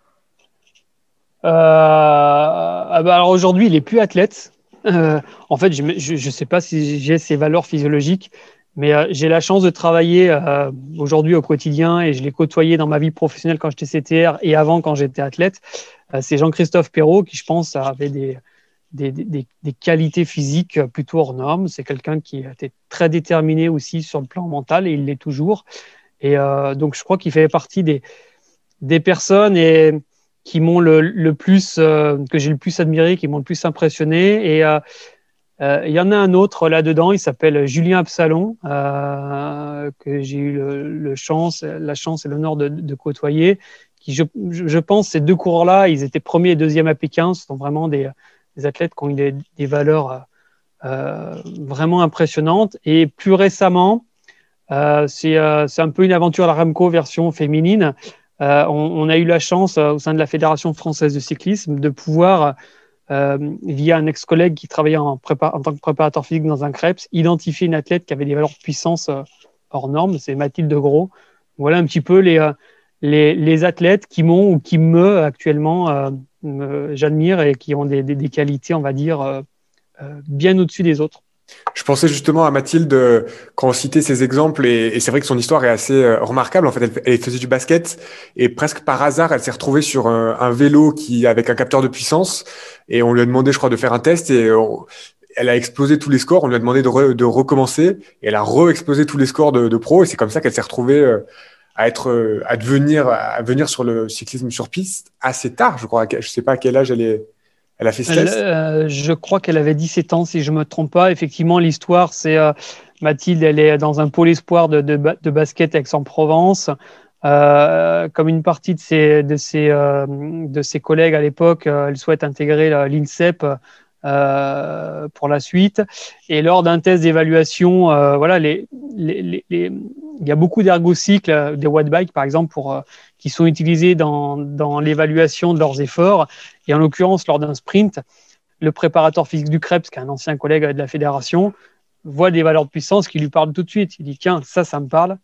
Alors aujourd'hui, il n'est plus athlète. En fait, je ne sais pas si j'ai ces valeurs physiologiques, mais j'ai la chance de travailler aujourd'hui au quotidien et je l'ai côtoyé dans ma vie professionnelle quand j'étais CTR et avant quand j'étais athlète. C'est Jean-Christophe Perrault qui, je pense, avait des qualités physiques plutôt hors normes. C'est quelqu'un qui était très déterminé aussi sur le plan mental et il l'est toujours. Et donc, je crois qu'il fait partie des personnes qui m'ont le plus, que j'ai le plus admiré, qui m'ont le plus impressionné. Et il y en a un autre là-dedans, il s'appelle Julien Absalon, que j'ai eu la chance et l'honneur de côtoyer. Qui, je pense, ces deux coureurs-là, ils étaient premier et deuxième à Pékin. Ce sont vraiment des athlètes qui ont eu des valeurs vraiment impressionnantes. Et plus récemment, c'est un peu une aventure à la Remco version féminine. On a eu la chance, au sein de la Fédération française de cyclisme, de pouvoir, via un ex-collègue qui travaillait en tant que préparateur physique dans un CREPS, identifier une athlète qui avait des valeurs de puissance hors normes. C'est Mathilde Gros. Voilà un petit peu les athlètes qui m'ont ou qui me, actuellement, j'admire et qui ont des qualités, on va dire, bien au-dessus des autres. Je pensais justement à Mathilde quand on citait ces exemples et c'est vrai que son histoire est assez remarquable. En fait, elle faisait du basket et presque par hasard, elle s'est retrouvée sur un vélo avec un capteur de puissance et on lui a demandé, je crois, de faire un test et elle a explosé tous les scores. On lui a demandé de recommencer et elle a re-explosé tous les scores de pro et c'est comme ça qu'elle s'est retrouvée à venir sur le cyclisme sur piste assez tard, je crois. Je sais pas à quel âge elle a fait ce test. Je crois qu'elle avait 17 ans, si je ne me trompe pas. Effectivement, l'histoire, c'est Mathilde, elle est dans un pôle espoir de basket Aix-en-Provence. Comme une partie de ses collègues à l'époque, elle souhaite intégrer l'INSEP pour la suite. Et lors d'un test d'évaluation, voilà, il y a beaucoup d'ergocycles, des wattbikes par exemple, qui sont utilisés dans l'évaluation de leurs efforts. Et en l'occurrence, lors d'un sprint, le préparateur physique du CREPS, qui est un ancien collègue de la fédération, voit des valeurs de puissance qui lui parlent tout de suite. Il dit, tiens, ça me parle.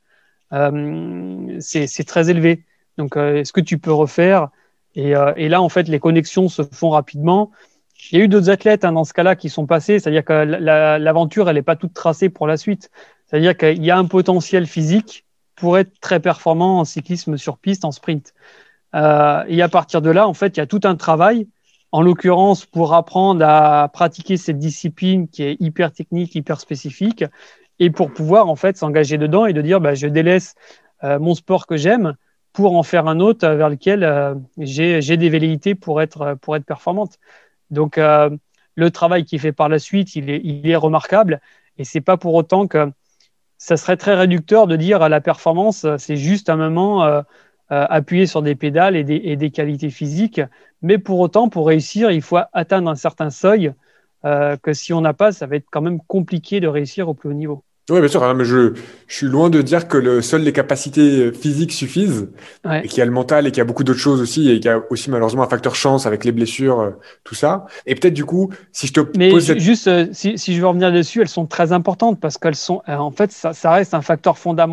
C'est très élevé. Donc, est-ce que tu peux refaire et là, en fait, les connexions se font rapidement. Il y a eu d'autres athlètes dans ce cas-là qui sont passés. C'est-à-dire que l'aventure, elle n'est pas toute tracée pour la suite. C'est-à-dire qu'il y a un potentiel physique pour être très performant en cyclisme sur piste, en sprint. Et à partir de là, en fait, il y a tout un travail, en l'occurrence, pour apprendre à pratiquer cette discipline qui est hyper technique, hyper spécifique, et pour pouvoir, en fait, s'engager dedans et de dire, je délaisse mon sport que j'aime pour en faire un autre vers lequel j'ai des velléités pour être performante. Donc, le travail qu'il fait par la suite, il est remarquable, et c'est pas pour autant que ça serait très réducteur de dire la performance, c'est juste un moment appuyer sur des pédales et des qualités physiques. Mais pour autant, pour réussir, il faut atteindre un certain seuil que si on n'a pas, ça va être quand même compliqué de réussir au plus haut niveau. Oui, bien sûr, hein, mais je suis loin de dire que seules les capacités physiques suffisent, Ouais. et qu'il y a le mental et qu'il y a beaucoup d'autres choses aussi, et qu'il y a aussi malheureusement un facteur chance avec les blessures, tout ça. Et peut-être du coup, si je te pose cette... juste, si je veux revenir dessus, elles sont très importantes parce qu'elles sont, en fait, ça reste un facteur fondamental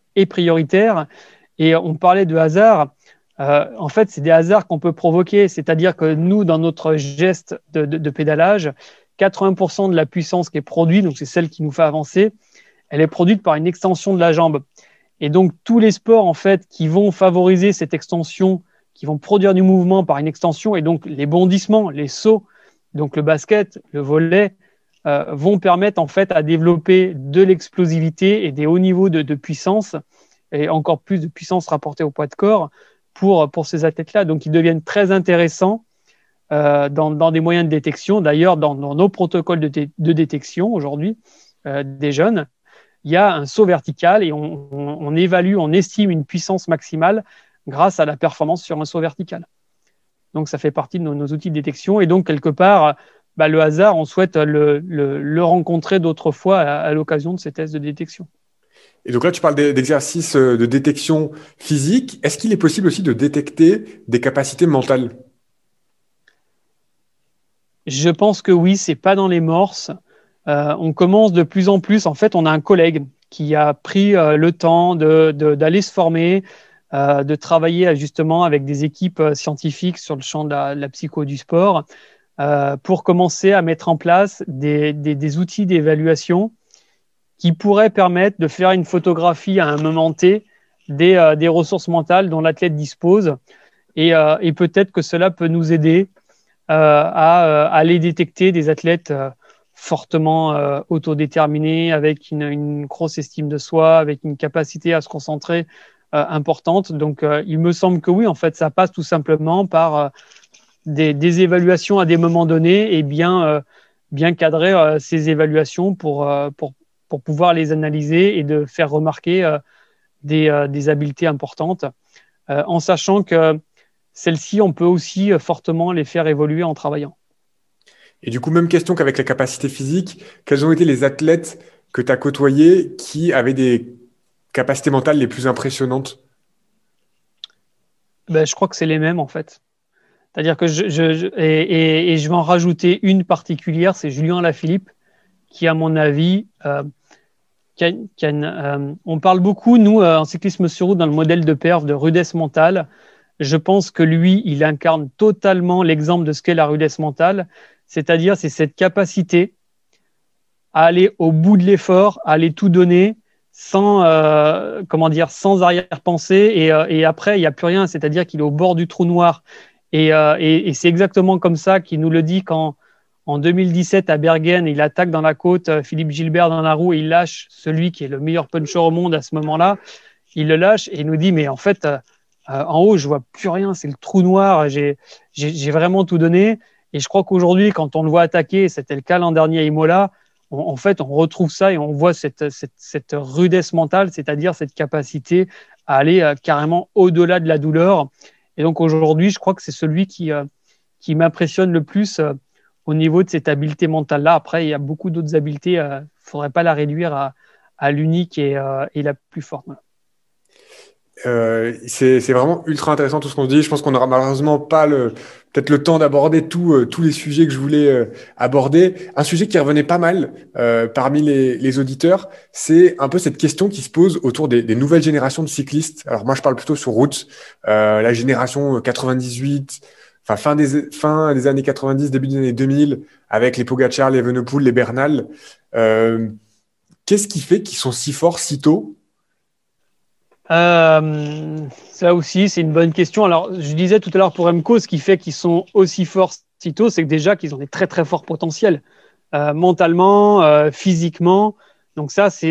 est prioritaire. Et on parlait de hasard. En fait, c'est des hasards qu'on peut provoquer. C'est-à-dire que nous, dans notre geste de pédalage, 80% de la puissance qui est produite, donc c'est celle qui nous fait avancer, elle est produite par une extension de la jambe. Et donc, tous les sports, en fait, qui vont favoriser cette extension, qui vont produire du mouvement par une extension, et donc les bondissements, les sauts, donc le basket, le volley, vont permettre, en fait, à développer de l'explosivité et des hauts niveaux de puissance, et encore plus de puissance rapportée au poids de corps pour ces athlètes-là. Donc, ils deviennent très intéressants dans des moyens de détection. D'ailleurs, dans nos protocoles de détection aujourd'hui des jeunes, il y a un saut vertical et on évalue, on estime une puissance maximale grâce à la performance sur un saut vertical. Donc, ça fait partie de nos outils de détection. Et donc, quelque part, le hasard, on souhaite le rencontrer d'autres fois à l'occasion de ces tests de détection. Et donc là, tu parles d'exercices de détection physique. Est-ce qu'il est possible aussi de détecter des capacités mentales? Je pense que oui, c'est pas dans les morses. On commence de plus en plus. En fait, on a un collègue qui a pris le temps d'aller se former, de travailler justement avec des équipes scientifiques sur le champ de la psycho du sport pour commencer à mettre en place des outils d'évaluation qui pourraient permettre de faire une photographie à un moment T des ressources mentales dont l'athlète dispose. Et peut-être que cela peut nous aider à aller détecter des athlètes fortement autodéterminés, avec une grosse estime de soi, avec une capacité à se concentrer importante. Donc, il me semble que oui, en fait, ça passe tout simplement par des évaluations à des moments donnés et bien cadrer ces évaluations pour pouvoir les analyser et de faire remarquer des habiletés importantes, en sachant que celles-ci, on peut aussi fortement les faire évoluer en travaillant. Et du coup, même question qu'avec la capacité physique, quels ont été les athlètes que tu as côtoyés qui avaient des capacités mentales les plus impressionnantes? Je crois que c'est les mêmes, en fait. C'est-à-dire que je vais en rajouter une particulière, c'est Julien Alaphilippe, qui, à mon avis, on parle beaucoup, nous, en cyclisme sur route, dans le modèle de perf, de rudesse mentale. Je pense que lui, il incarne totalement l'exemple de ce qu'est la rudesse mentale, c'est-à-dire c'est cette capacité à aller au bout de l'effort, à aller tout donner sans arrière-pensée et après, il n'y a plus rien, c'est-à-dire qu'il est au bord du trou noir. Et c'est exactement comme ça qu'il nous le dit quand, en 2017, à Bergen, il attaque dans la côte Philippe Gilbert dans la roue et il lâche celui qui est le meilleur puncher au monde à ce moment-là. Il le lâche et il nous dit, mais en fait, en haut, je vois plus rien, c'est le trou noir, j'ai vraiment tout donné. Et je crois qu'aujourd'hui, quand on le voit attaquer, c'était le cas l'an dernier à Imola, en fait, on retrouve ça et on voit cette rudesse mentale, c'est-à-dire cette capacité à aller carrément au-delà de la douleur. Et donc aujourd'hui, je crois que c'est celui qui m'impressionne le plus au niveau de cette habileté mentale-là. Après, il y a beaucoup d'autres habiletés, il ne faudrait pas la réduire à l'unique et la plus forte. C'est vraiment ultra intéressant tout ce qu'on se dit. Je pense qu'on n'aura malheureusement pas peut-être le temps d'aborder tous les sujets que je voulais aborder. Un sujet qui revenait pas mal parmi les auditeurs, c'est un peu cette question qui se pose autour des nouvelles générations de cyclistes. Alors moi, je parle plutôt sur route, la génération 98, fin des années 90, début des années 2000, avec les Pogacar, les Evenepoel, les Bernal. Qu'est-ce qui fait qu'ils sont si forts si tôt? Ça aussi, c'est une bonne question. Alors, je disais tout à l'heure pour Remco, ce qui fait qu'ils sont aussi forts si tôt, c'est que déjà qu'ils ont des très très forts potentiels, mentalement, physiquement. Donc ça, c'est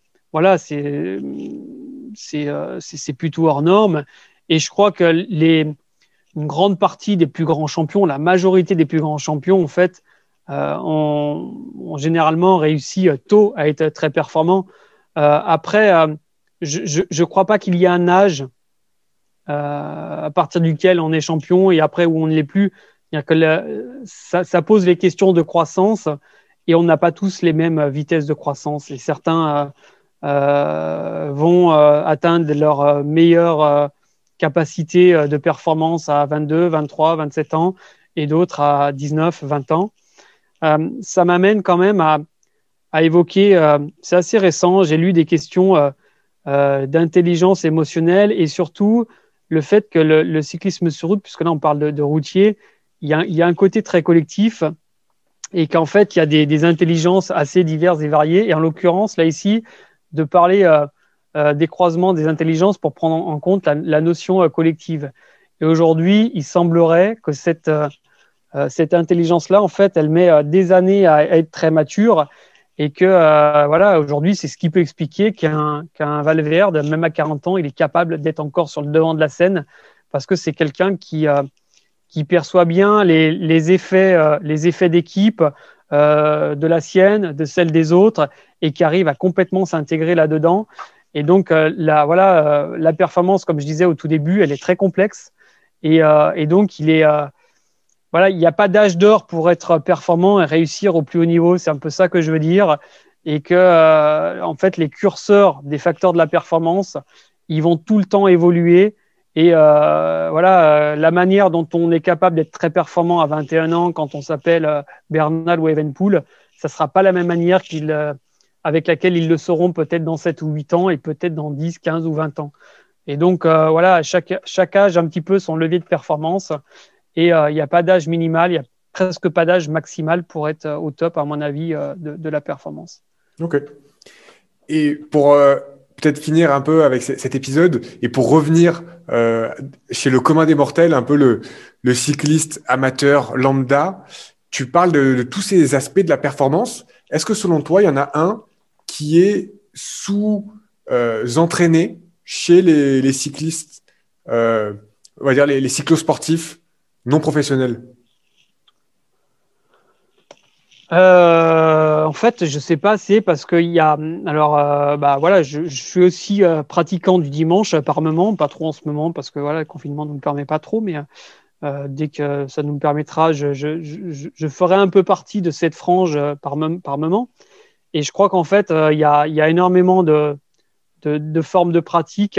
plutôt hors norme. Et je crois que une grande partie des plus grands champions, la majorité des plus grands champions, en fait, ont généralement réussi tôt à être très performants. Après, je ne crois pas qu'il y ait un âge à partir duquel on est champion et après où on ne l'est plus. C'est-à-dire que ça pose les questions de croissance et on n'a pas tous les mêmes vitesses de croissance. Et certains vont atteindre leur meilleure capacité de performance à 22, 23, 27 ans et d'autres à 19, 20 ans. Ça m'amène quand même à évoquer, c'est assez récent, j'ai lu des questions d'intelligence émotionnelle et surtout le fait que le cyclisme sur route, puisque là on parle de routier, il y a un côté très collectif et qu'en fait il y a des intelligences assez diverses et variées. Et en l'occurrence, là ici, de parler des croisements des intelligences pour prendre en compte la notion collective. Et aujourd'hui, il semblerait que cette intelligence-là, en fait, elle met des années à être très mature et que, voilà, aujourd'hui, c'est ce qui peut expliquer qu'un Valverde, même à 40 ans, il est capable d'être encore sur le devant de la scène parce que c'est quelqu'un qui perçoit bien les effets d'équipe, de la sienne, de celle des autres, et qui arrive à complètement s'intégrer là-dedans. Et donc, la performance, comme je disais au tout début, elle est très complexe. Et donc, voilà, il n'y a pas d'âge d'or pour être performant et réussir au plus haut niveau. C'est un peu ça que je veux dire. Et que, en fait, les curseurs des facteurs de la performance, ils vont tout le temps évoluer. Et la manière dont on est capable d'être très performant à 21 ans quand on s'appelle Bernal ou Evenepoel, ça ne sera pas la même manière avec laquelle ils le seront peut-être dans 7 ou 8 ans et peut-être dans 10, 15 ou 20 ans. Et donc, chaque âge a un petit peu son levier de performance. Et il n'y a pas d'âge minimal, il n'y a presque pas d'âge maximal pour être au top, à mon avis, de la performance. Ok. Et pour peut-être finir un peu avec cet épisode, et pour revenir chez le commun des mortels, un peu le cycliste amateur lambda, tu parles de tous ces aspects de la performance. Est-ce que selon toi, il y en a un qui est sous-entraîné chez les cyclistes, on va dire les cyclosportifs non professionnels? En fait, je sais pas assez parce qu'il y a. Alors, voilà, je suis aussi pratiquant du dimanche par moment, pas trop en ce moment parce que voilà, le confinement ne nous permet pas trop, mais dès que ça nous permettra, je ferai un peu partie de cette frange par moment. Et je crois qu'en fait, il y a énormément de formes de pratique.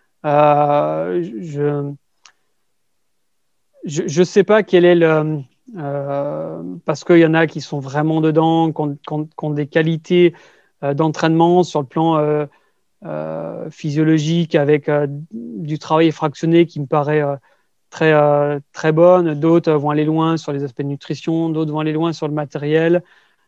Je sais pas quel est le. Parce qu'il y en a qui sont vraiment dedans, qui ont des qualités d'entraînement sur le plan physiologique avec du travail fractionné qui me paraît très bonne. D'autres vont aller loin sur les aspects de nutrition, d'autres vont aller loin sur le matériel.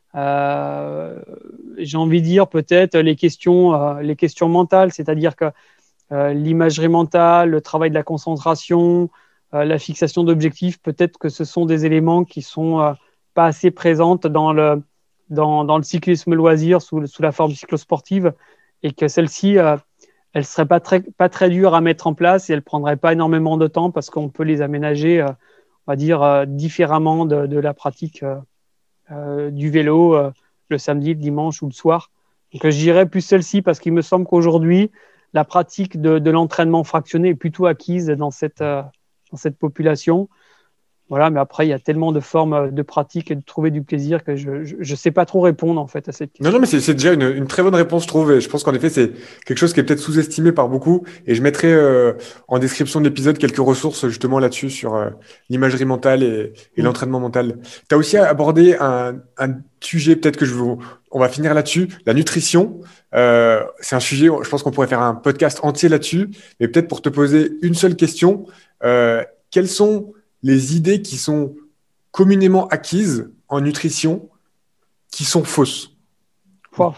J'ai envie de dire peut-être les questions mentales, c'est-à-dire que l'imagerie mentale, le travail de la concentration, la fixation d'objectifs, peut-être que ce sont des éléments qui sont pas assez présentes dans le cyclisme loisir sous la forme cyclosportive et que celle-ci, elle serait pas très dure à mettre en place et elle prendrait pas énormément de temps parce qu'on peut les aménager, on va dire, différemment de la pratique du vélo le samedi, le dimanche ou le soir. Donc, je dirais plus celle-ci parce qu'il me semble qu'aujourd'hui, la pratique de l'entraînement fractionné est plutôt acquise dans cette population. Voilà, mais après, il y a tellement de formes de pratique et de trouver du plaisir que je ne sais pas trop répondre en fait à cette question. Non, mais c'est déjà une très bonne réponse, je trouve. Et je pense qu'en effet, c'est quelque chose qui est peut-être sous-estimé par beaucoup. Et je mettrai en description de l'épisode quelques ressources justement là-dessus sur l'imagerie mentale et l'entraînement mental. Tu as aussi abordé un sujet, peut-être on va finir là-dessus, la nutrition. C'est un sujet, je pense qu'on pourrait faire un podcast entier là-dessus. Mais peut-être pour te poser une seule question, quelles sont les idées qui sont communément acquises en nutrition qui sont fausses? Wow.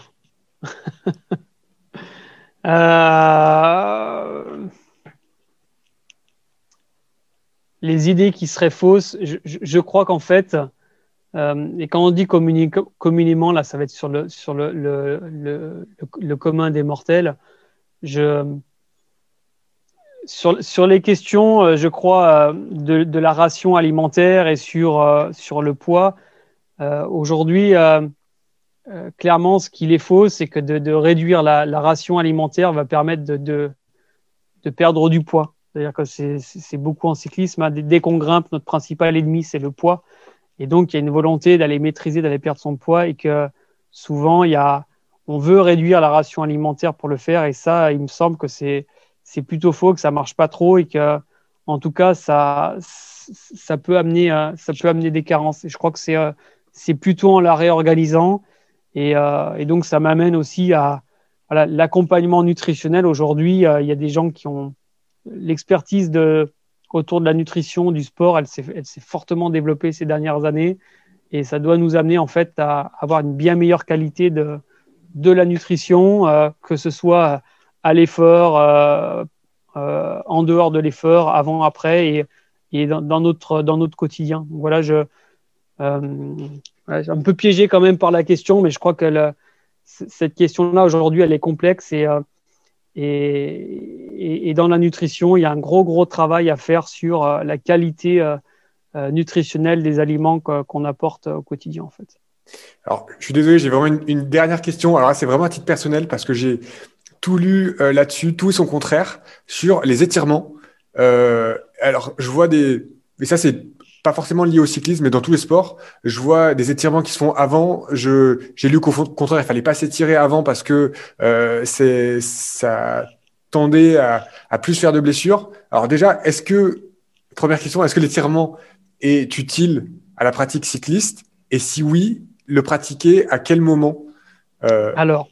Les idées qui seraient fausses, je crois qu'en fait, et quand on dit communément, là, ça va être sur le commun des mortels. Sur les questions, je crois, de la ration alimentaire et sur le poids, aujourd'hui, clairement, ce qu'il est faux, c'est que de réduire la ration alimentaire va permettre de perdre du poids. C'est-à-dire que c'est beaucoup en cyclisme. Hein. Dès qu'on grimpe, notre principal ennemi, c'est le poids. Et donc, il y a une volonté d'aller maîtriser, d'aller perdre son poids et que souvent, on veut réduire la ration alimentaire pour le faire. Et ça, il me semble que c'est plutôt faux, que ça ne marche pas trop et que, en tout cas, ça peut amener des carences. Et je crois que c'est plutôt en la réorganisant. Et donc, ça m'amène aussi à voilà, l'accompagnement nutritionnel aujourd'hui, il y a des gens qui ont l'expertise autour de la nutrition, du sport, elle s'est fortement développée ces dernières années et ça doit nous amener en fait à avoir une bien meilleure qualité de la nutrition, que ce soit à l'effort, en dehors de l'effort, avant, après et dans notre quotidien. Donc voilà, je un peu piégé quand même par la question, mais je crois que cette question-là aujourd'hui, elle est complexe et dans la nutrition, il y a un gros travail à faire sur la qualité nutritionnelle des aliments qu'on apporte au quotidien en fait. Alors, je suis désolé, j'ai vraiment une dernière question. Alors là, c'est vraiment à titre personnel parce que j'ai tout lu là-dessus, tout et son contraire, sur les étirements. Alors, je vois mais ça, c'est pas forcément lié au cyclisme, mais dans tous les sports, je vois des étirements qui se font avant. J'ai lu qu'au contraire, il fallait pas s'étirer avant parce que ça tendait à plus faire de blessures. Alors déjà, première question, est-ce que l'étirement est utile à la pratique cycliste? Et si oui, le pratiquer à quel moment? Alors,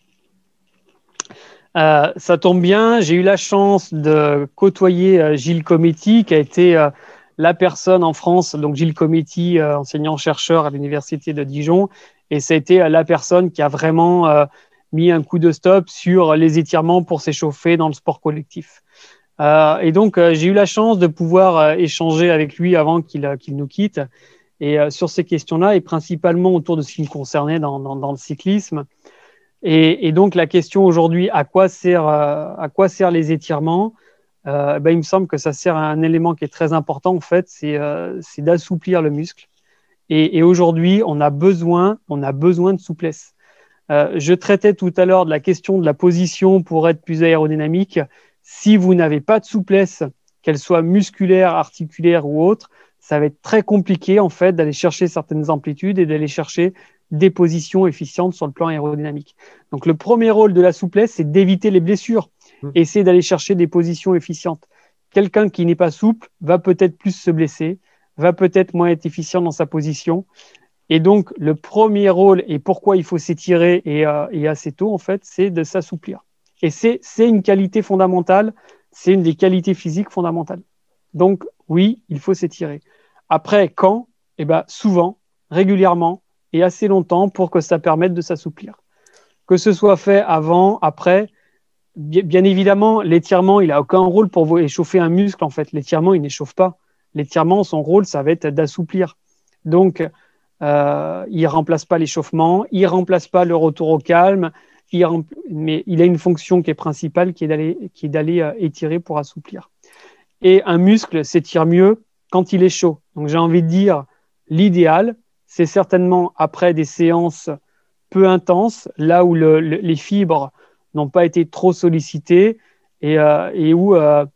ça tombe bien, j'ai eu la chance de côtoyer Gilles Cometti, qui a été la personne en France, donc Gilles Cometti, enseignant-chercheur à l'Université de Dijon, et ça a été la personne qui a vraiment mis un coup de stop sur les étirements pour s'échauffer dans le sport collectif. Et donc, j'ai eu la chance de pouvoir échanger avec lui avant qu'il nous quitte, et sur ces questions-là, et principalement autour de ce qui me concernait dans le cyclisme. Et donc, la question aujourd'hui, à quoi servent les étirements? Il me semble que ça sert à un élément qui est très important, en fait, c'est d'assouplir le muscle. Et aujourd'hui, on a besoin de souplesse. Je traitais tout à l'heure de la question de la position pour être plus aérodynamique. Si vous n'avez pas de souplesse, qu'elle soit musculaire, articulaire ou autre, ça va être très compliqué, en fait, d'aller chercher certaines amplitudes et d'aller chercher des positions efficientes sur le plan aérodynamique. Donc, le premier rôle de la souplesse, c'est d'éviter les blessures, essayer d'aller chercher des positions efficientes. Quelqu'un qui n'est pas souple va peut-être plus se blesser, va peut-être moins être efficient dans sa position. Et donc, le premier rôle, et pourquoi il faut s'étirer et assez tôt, en fait, c'est de s'assouplir. Et c'est une qualité fondamentale, c'est une des qualités physiques fondamentales. Donc, oui, il faut s'étirer. Après, quand? Eh bien, souvent, régulièrement et assez longtemps pour que ça permette de s'assouplir. Que ce soit fait avant, après, bien évidemment, l'étirement, il n'a aucun rôle pour vous échauffer un muscle, en fait. L'étirement, il n'échauffe pas. L'étirement, son rôle, ça va être d'assouplir. Donc, il ne remplace pas l'échauffement, il ne remplace pas le retour au calme, mais il a une fonction qui est principale, qui est d'aller étirer pour assouplir. Et un muscle s'étire mieux quand il est chaud. Donc, j'ai envie de dire, l'idéal, c'est certainement après des séances peu intenses, là où les fibres n'ont pas été trop sollicitées et où,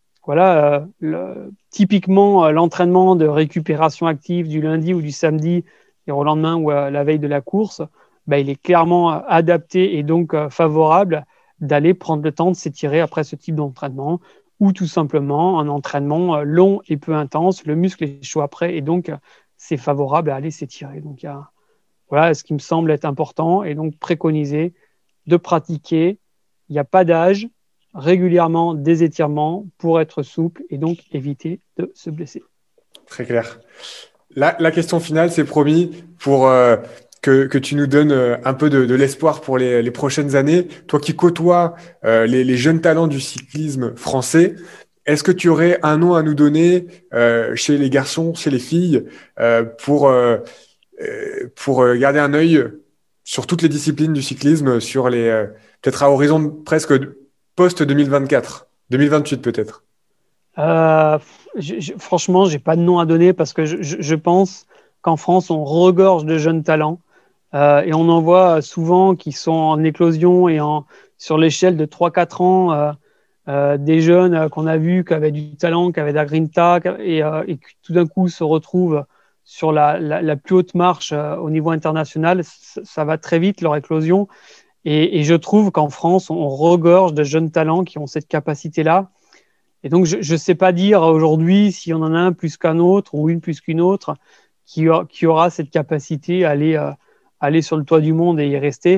typiquement, l'entraînement de récupération active du lundi ou du samedi et au lendemain ou la veille de la course, il est clairement adapté et donc favorable d'aller prendre le temps de s'étirer après ce type d'entraînement ou tout simplement un entraînement long et peu intense. Le muscle est chaud après et donc c'est favorable à aller s'étirer. Donc, voilà ce qui me semble être important et donc préconiser de pratiquer. Il n'y a pas d'âge, régulièrement des étirements pour être souple et donc éviter de se blesser. Très clair. La question finale, c'est promis, pour que tu nous donnes un peu de l'espoir pour les prochaines années. Toi qui côtoies les jeunes talents du cyclisme français, est-ce que tu aurais un nom à nous donner chez les garçons, chez les filles, pour garder un œil sur toutes les disciplines du cyclisme, sur peut-être à horizon presque post-2024, 2028 peut-être? Franchement, j'ai pas de nom à donner parce que je pense qu'en France, on regorge de jeunes talents et on en voit souvent qui sont en éclosion et sur l'échelle de 3-4 ans, des jeunes qu'on a vus qui avaient du talent, qui avaient de la grinta et qui tout d'un coup se retrouvent sur la plus haute marche au niveau international. Ça va très vite, leur éclosion. Et je trouve qu'en France, on regorge de jeunes talents qui ont cette capacité-là. Et donc, je ne sais pas dire aujourd'hui s'il y en a un plus qu'un autre ou une plus qu'une autre qui aura cette capacité à aller sur le toit du monde et y rester.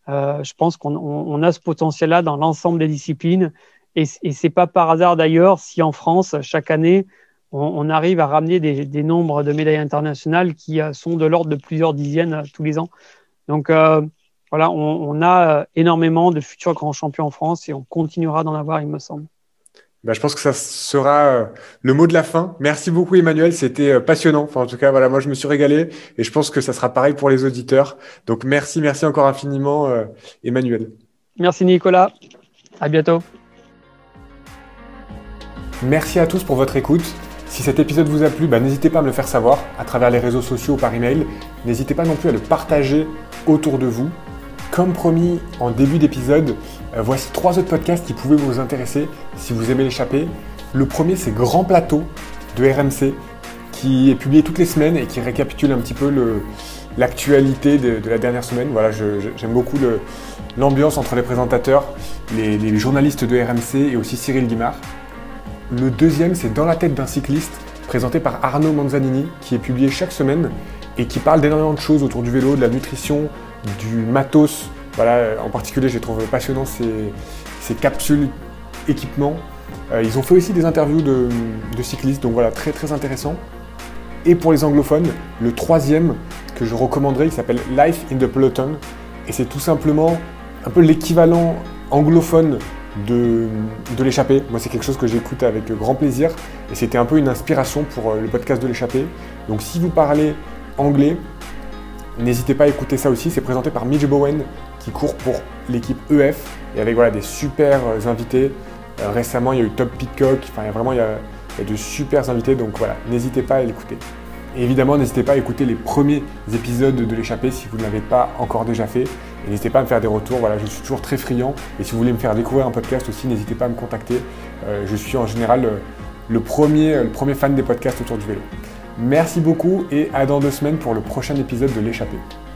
Je pense qu'on a ce potentiel-là dans l'ensemble des disciplines. Et c'est pas par hasard d'ailleurs si en France, chaque année, on arrive à ramener des nombres de médailles internationales qui sont de l'ordre de plusieurs dizaines tous les ans. Donc voilà, on a énormément de futurs grands champions en France et on continuera d'en avoir, il me semble. Je pense que ça sera le mot de la fin. Merci beaucoup Emmanuel, c'était passionnant. Enfin, en tout cas, voilà, moi je me suis régalé et je pense que ça sera pareil pour les auditeurs. Donc merci encore infiniment Emmanuel. Merci Nicolas, à bientôt. Merci à tous pour votre écoute. Si cet épisode vous a plu, n'hésitez pas à me le faire savoir à travers les réseaux sociaux ou par email. N'hésitez pas non plus à le partager autour de vous. Comme promis en début d'épisode, voici 3 autres podcasts qui pouvaient vous intéresser si vous aimez l'échappée. Le premier, c'est Grand Plateau de RMC, qui est publié toutes les semaines et qui récapitule un petit peu l'actualité de la dernière semaine. Voilà, j'aime beaucoup l'ambiance entre les présentateurs, les journalistes de RMC et aussi Cyril Guimard. Le deuxième, c'est Dans la tête d'un cycliste, présenté par Arnaud Manzanini, qui est publié chaque semaine et qui parle d'énormément de choses autour du vélo, de la nutrition, du matos. Voilà, en particulier, je trouve passionnant ces capsules équipements. Ils ont fait aussi des interviews de cyclistes, donc voilà, très très intéressant. Et pour les anglophones, le troisième que je recommanderais, il s'appelle Life in the Peloton. Et c'est tout simplement un peu l'équivalent anglophone de l'échappée. Moi, c'est quelque chose que j'écoute avec grand plaisir. Et c'était un peu une inspiration pour le podcast de l'échappée. Donc si vous parlez anglais, n'hésitez pas à écouter ça aussi. C'est présenté par Mitch Bowen qui court pour l'équipe EF. Et avec voilà, des super invités. Récemment, il y a eu Top Pitcock. Enfin, il y a de super invités. Donc voilà, n'hésitez pas à l'écouter. Et évidemment, n'hésitez pas à écouter les premiers épisodes de l'échappée si vous ne l'avez pas encore déjà fait. Et n'hésitez pas à me faire des retours, voilà, je suis toujours très friand. Et si vous voulez me faire découvrir un podcast aussi, n'hésitez pas à me contacter. Je suis en général le premier fan des podcasts autour du vélo. Merci beaucoup et à dans 2 semaines pour le prochain épisode de l'échappée.